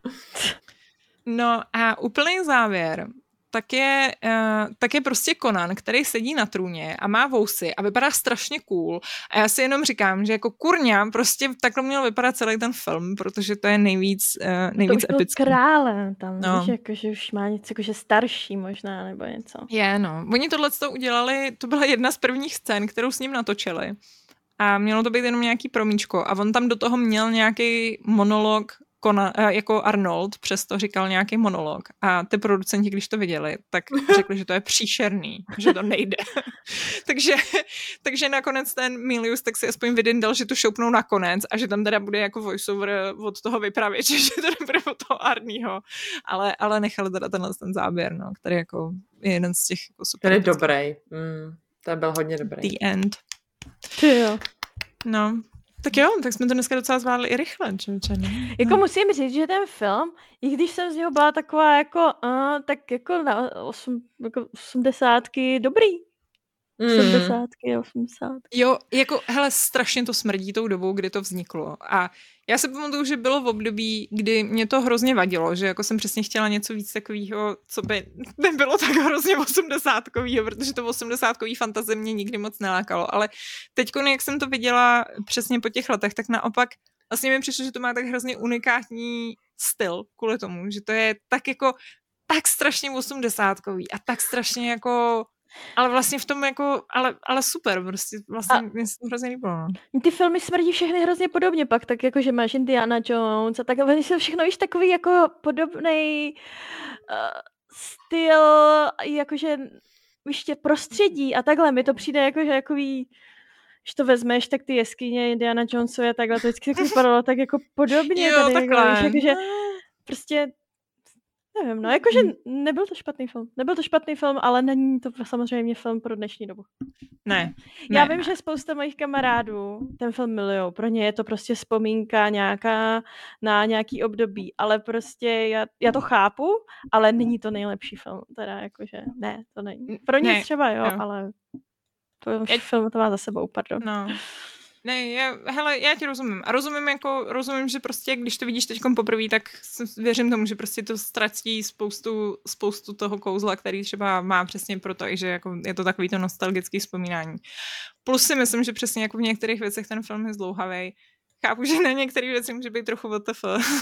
No a úplný závěr, tak je prostě Conan, který sedí na trůně a má vousy a vypadá strašně cool. A já si jenom říkám, že jako kurňa prostě takhle měl vypadat celý ten film, protože to je nejvíc epický. Krále tam, no. Víš, jako, že už má něco, jakože starší možná, nebo něco. Je, no. Oni tohleto udělali, to byla jedna z prvních scén, kterou s ním natočili. A mělo to být jenom nějaký promíčko. A on tam do toho měl nějaký monolog, jako Arnold, přesto říkal nějaký monolog. A ty producenti, když to viděli, tak řekli, že to je příšerný, že to nejde. takže nakonec ten Milius tak si aspoň vydindal, že to šoupnou nakonec a že tam teda bude jako voiceover od toho vypravěče, že to nebude od toho Arnieho. Ale nechali teda ten záběr, no, který jako je jeden z těch jako super. Ten je dobrý. To byl hodně dobrý. The end. Jo. No, tak jo, tak jsme to dneska docela zvládli i rychle, čověče, ne? Jako musím říct, že ten film, i když jsem z něho byla taková jako, tak jako na 80 dobrý. 80. Jo, jako, hele, strašně to smrdí tou dobou, kdy to vzniklo. A já se pamatuju, že bylo v období, kdy mě to hrozně vadilo, že jako jsem přesně chtěla něco víc takového, co by nebylo tak hrozně 80kovýho, protože to 80kový fantazie mě nikdy moc nelákalo. Ale teďko, jak jsem to viděla přesně po těch letech, tak naopak vlastně mi přišlo, že to má tak hrozně unikátní styl kvůli tomu, že to je tak jako tak strašně 80kový a tak strašně jako ale vlastně v tom jako, ale super, prostě vlastně mě se to hrozně líbilo. No. Ty filmy smrdí všechny hrozně podobně pak, tak jako, že máš Indiana Jones a tak, a oni jsou všechno již takový jako podobnej styl, jakože ještě prostředí a takhle, mi to přijde jako, že jakový, když to vezmeš, tak ty jeskyně Indiana Jonesové a takhle, to vždycky tak vypadalo tak jako podobně. Jo, tady, takhle. Jakože prostě Nevím, no, jakože nebyl to špatný film, ale není to samozřejmě film pro dnešní dobu. Ne. Já vím, že spousta mojich kamarádů ten film milujou. Pro ně je to prostě vzpomínka nějaká na nějaký období, ale prostě já to chápu, ale není to nejlepší film. Teda jakože ne, to není. Pro ně třeba jo, ale film to má za sebou, pardon. No. Ne, já ti rozumím. A rozumím, že prostě, když to vidíš teďkom poprvé, tak věřím tomu, že prostě to ztratí spoustu toho kouzla, který třeba má přesně proto, že jako je to takový to nostalgický vzpomínání. Plus si myslím, že přesně jako v některých věcech ten film je zdlouhavej. Chápu, že na některé věci může být trochu WTF.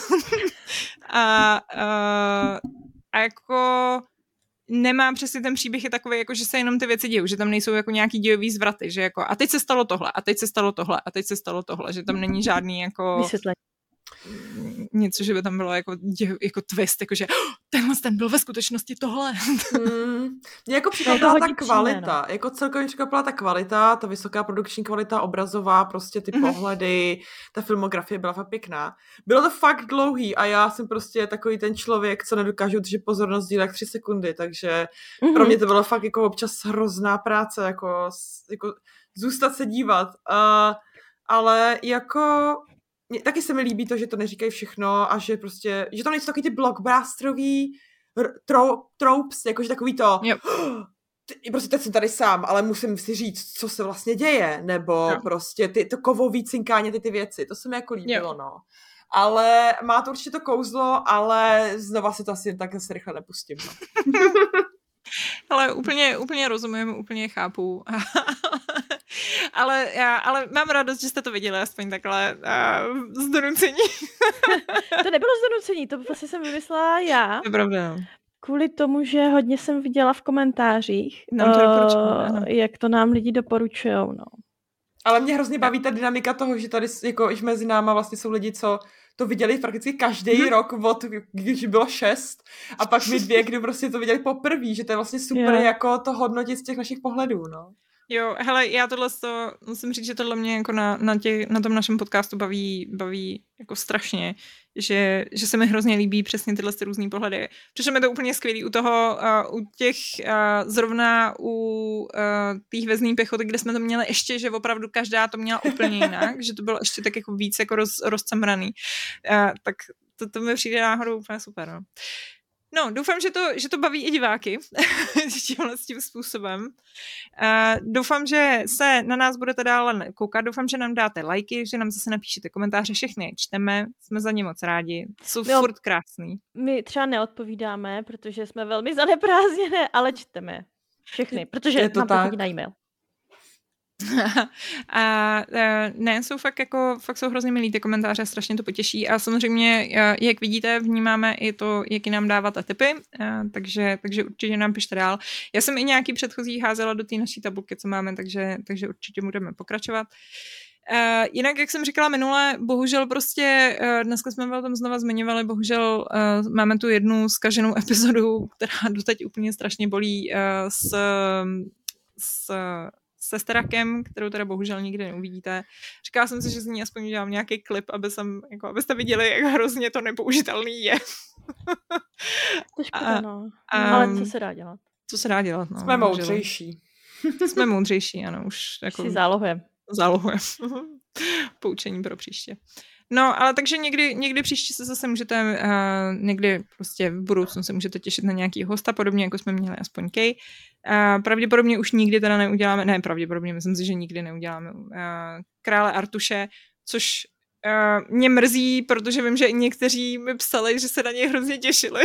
a jako nemá přesně ten příběh je takový, jako že se jenom ty věci dějou, že tam nejsou jako nějaký dějový zvraty, že jako a teď se stalo tohle, a teď se stalo tohle, a teď se stalo tohle, že tam není žádný jako vysvětlení. Něco, že by tam bylo jako twist, jakože ten byl ve skutečnosti tohle. Mě jako překvapila ta kvalita, jako celkově překvapila ta kvalita, ta vysoká produkční kvalita, obrazová, prostě ty pohledy, ta filmografie byla fakt pěkná. Bylo to fakt dlouhý a já jsem prostě takový ten člověk, co nedokážu držet pozornost díl jak 3 sekundy, takže pro mě to bylo fakt jako občas hrozná práce, jako zůstat se dívat, ale jako taky se mi líbí to, že to neříkají všechno a že prostě, že to nejsou takový ty blockbusterový tropes, jakože takový to prostě teď jsem tady sám, ale musím si říct, co se vlastně děje, nebo prostě to kovový cinkáně, ty věci, to se mi jako líbilo, no. Ale má to určitě to kouzlo, ale znova si to asi tak se rychle nepustím, no. Ale úplně rozumím, úplně chápu. ale mám radost, že jste to viděli aspoň takhle z donucení. To nebylo z donucení, to vlastně jsem vymyslela já. To je pravda. Kvůli tomu, že hodně jsem viděla v komentářích, jak to nám lidi doporučujou, no. Ale mě hrozně baví ta dynamika toho, že tady jako i mezi náma vlastně jsou lidi, co to viděli prakticky každý rok od, když bylo 6 a pak my 2, kdy prostě to viděli poprvé, že to je vlastně super jako to hodnotit z těch našich pohledů, no. Jo, hele, já musím říct, že tohle mě jako na tom našem podcastu baví jako strašně, že se mi hrozně líbí přesně tyhle různý pohledy. Přišlo mi to úplně skvělý zrovna u té hvězdné pěchoty, kde jsme to měli ještě, že opravdu každá to měla úplně jinak, že to bylo ještě tak jako víc jako rozcemraný. Tak to mi přijde náhodou úplně super, no. No, doufám, že to baví i diváky tím způsobem. Doufám, že se na nás budete dále koukat, doufám, že nám dáte lajky, že nám zase napíšete komentáře, všechny čteme, jsme za ně moc rádi, jsou furt krásný. My třeba neodpovídáme, protože jsme velmi zaneprázdněné, ale čteme všechny, protože nám to chodí na e-mail. Ne, jsou fakt jsou hrozně milý ty komentáře, strašně to potěší a samozřejmě, jak vidíte, vnímáme i to, jaký nám dáváte tipy, takže určitě nám pište dál. Já jsem i nějaký předchozí házela do té naší tabulky, co máme, takže určitě budeme pokračovat. Jinak, jak jsem říkala minule, bohužel prostě, dneska jsme o tom znova zmiňovali, bohužel máme tu jednu zkaženou epizodu, která doteď úplně strašně bolí se Sterakem, kterou teda bohužel nikdy neuvidíte. Říkala jsem si, že z ní aspoň udělám nějaký klip, abyste viděli, jak hrozně to nepoužitelný je. To škoda, no. Ale co se dá dělat? Co se dá dělat, no. Jsme moudřejší. Jsme moudřejší, ano. Už jako... Si zálohujeme. Poučení pro příště. No, ale takže někdy příště se zase můžete, někdy prostě v budoucnu se můžete těšit na nějaký hosta, podobně jako jsme měli aspoň Kej. Pravděpodobně už nikdy teda neuděláme, ne pravděpodobně, myslím si, že nikdy neuděláme Krále Artuše, což mě mrzí, protože vím, že někteří mi psali, že se na něj hrozně těšili.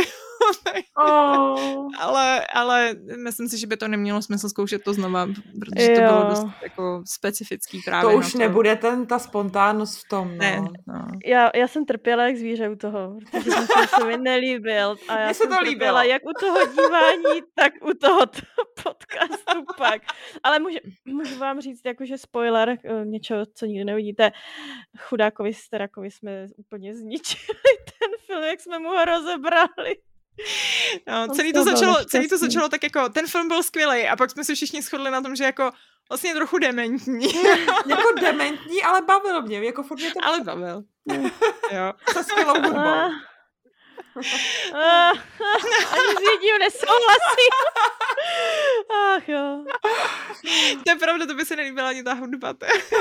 ale myslím si, že by to nemělo smysl zkoušet to znova, protože to bylo dost jako specifický právě. To už nebude ta spontánnost v tom, no. Ne, no. Já jsem trpěla jak zvíře u toho, protože se mi nelíbil a já jsem trpěla jak u toho dívání, tak u tohoto podcastu pak. Ale můžu vám říct jakože spoiler, něčeho, co nikdy neuvidíte, chudákovi Sterakovi jsme úplně zničili ten film, jak jsme mu ho rozebrali. No, celý to začalo tak jako, ten film byl skvělej a pak jsme se všichni shodli na tom, že jako vlastně trochu dementní. Jako dementní, ale bavil mě, jako furt mě to... Ale bavil. Jo. Se skvělou hudbou. Ani s jedním nesouhlasím. Ach jo. To je pravda, to by se nelíbila ani ta hudba.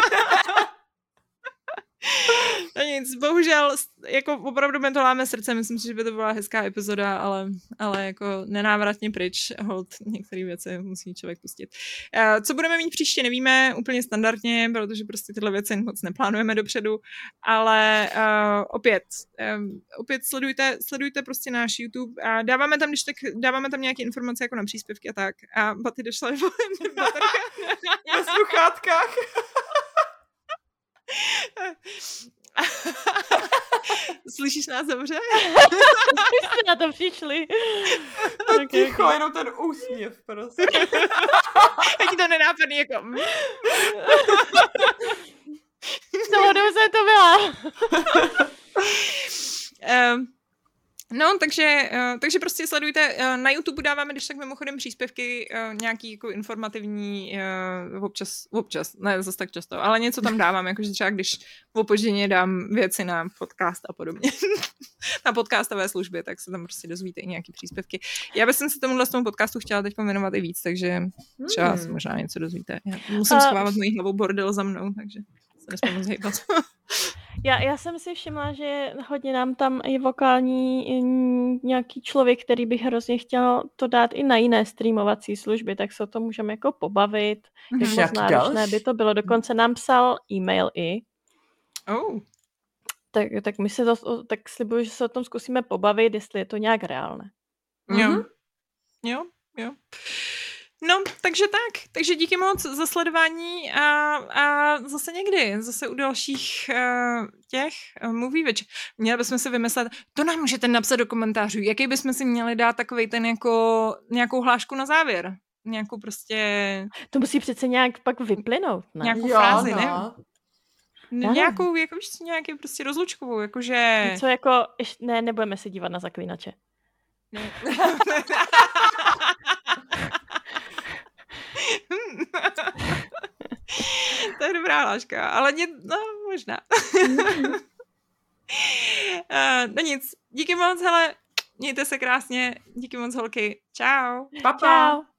No nic, bohužel, jako opravdu mi to láme srdce, myslím si, že by to byla hezká epizoda, ale jako nenávratně pryč, hold, některé věci musí člověk pustit. Co budeme mít příště, nevíme úplně standardně, protože prostě tyhle věci moc neplánujeme dopředu, ale opět sledujte prostě náš YouTube a dáváme tam nějaké informace jako na příspěvky a tak. A Baty došla ve sluchátkách. Slyšíš nás dobře? Jste na to přišli. Ticho, jenom ten úsměv prostě. Jaký to nenápadný, jako... Celou dobu jsem to byla. No, takže prostě sledujte, na YouTube dáváme, když tak mimochodem příspěvky nějaký jako informativní, občas, ne zase tak často, ale něco tam dávám, jakože třeba když opožděně dám věci na podcast a podobně, na podcastové služby, tak se tam prostě dozvíte i nějaký příspěvky. Já bych se tomuhle podcastu chtěla teď pomenovat i víc, takže třeba se možná něco dozvíte. Já musím schovávat mojí hlavou bordel za mnou, takže se nesmím moc hejbat. Já jsem si všimla, že hodně nám tam je vokální nějaký člověk, který by hrozně chtěl to dát i na jiné streamovací služby, tak se o tom můžeme jako pobavit, jak moc náročné by to bylo. Dokonce nám psal e-mail i. Oh. Tak my se tak slibuju, že se o tom zkusíme pobavit, jestli je to nějak reálné. Jo. No, takže díky moc za sledování a zase někdy, zase u dalších těch Movie Witch. Měli bychom si vymyslet, to nám můžete napsat do komentářů, jaký bychom si měli dát takovej ten jako nějakou hlášku na závěr. Nějakou prostě... To musí přece nějak pak vyplynout, ne? Nějakou frázi, ne? Nějakou, jako víš, nějaký prostě rozlučkovou, jakože... Něco jako, nebudeme se dívat na Zaklínače. Ne. To je dobrá hláška, ale možná. No nic, díky moc, hele, mějte se krásně, díky moc holky, čau. Pa. Čau.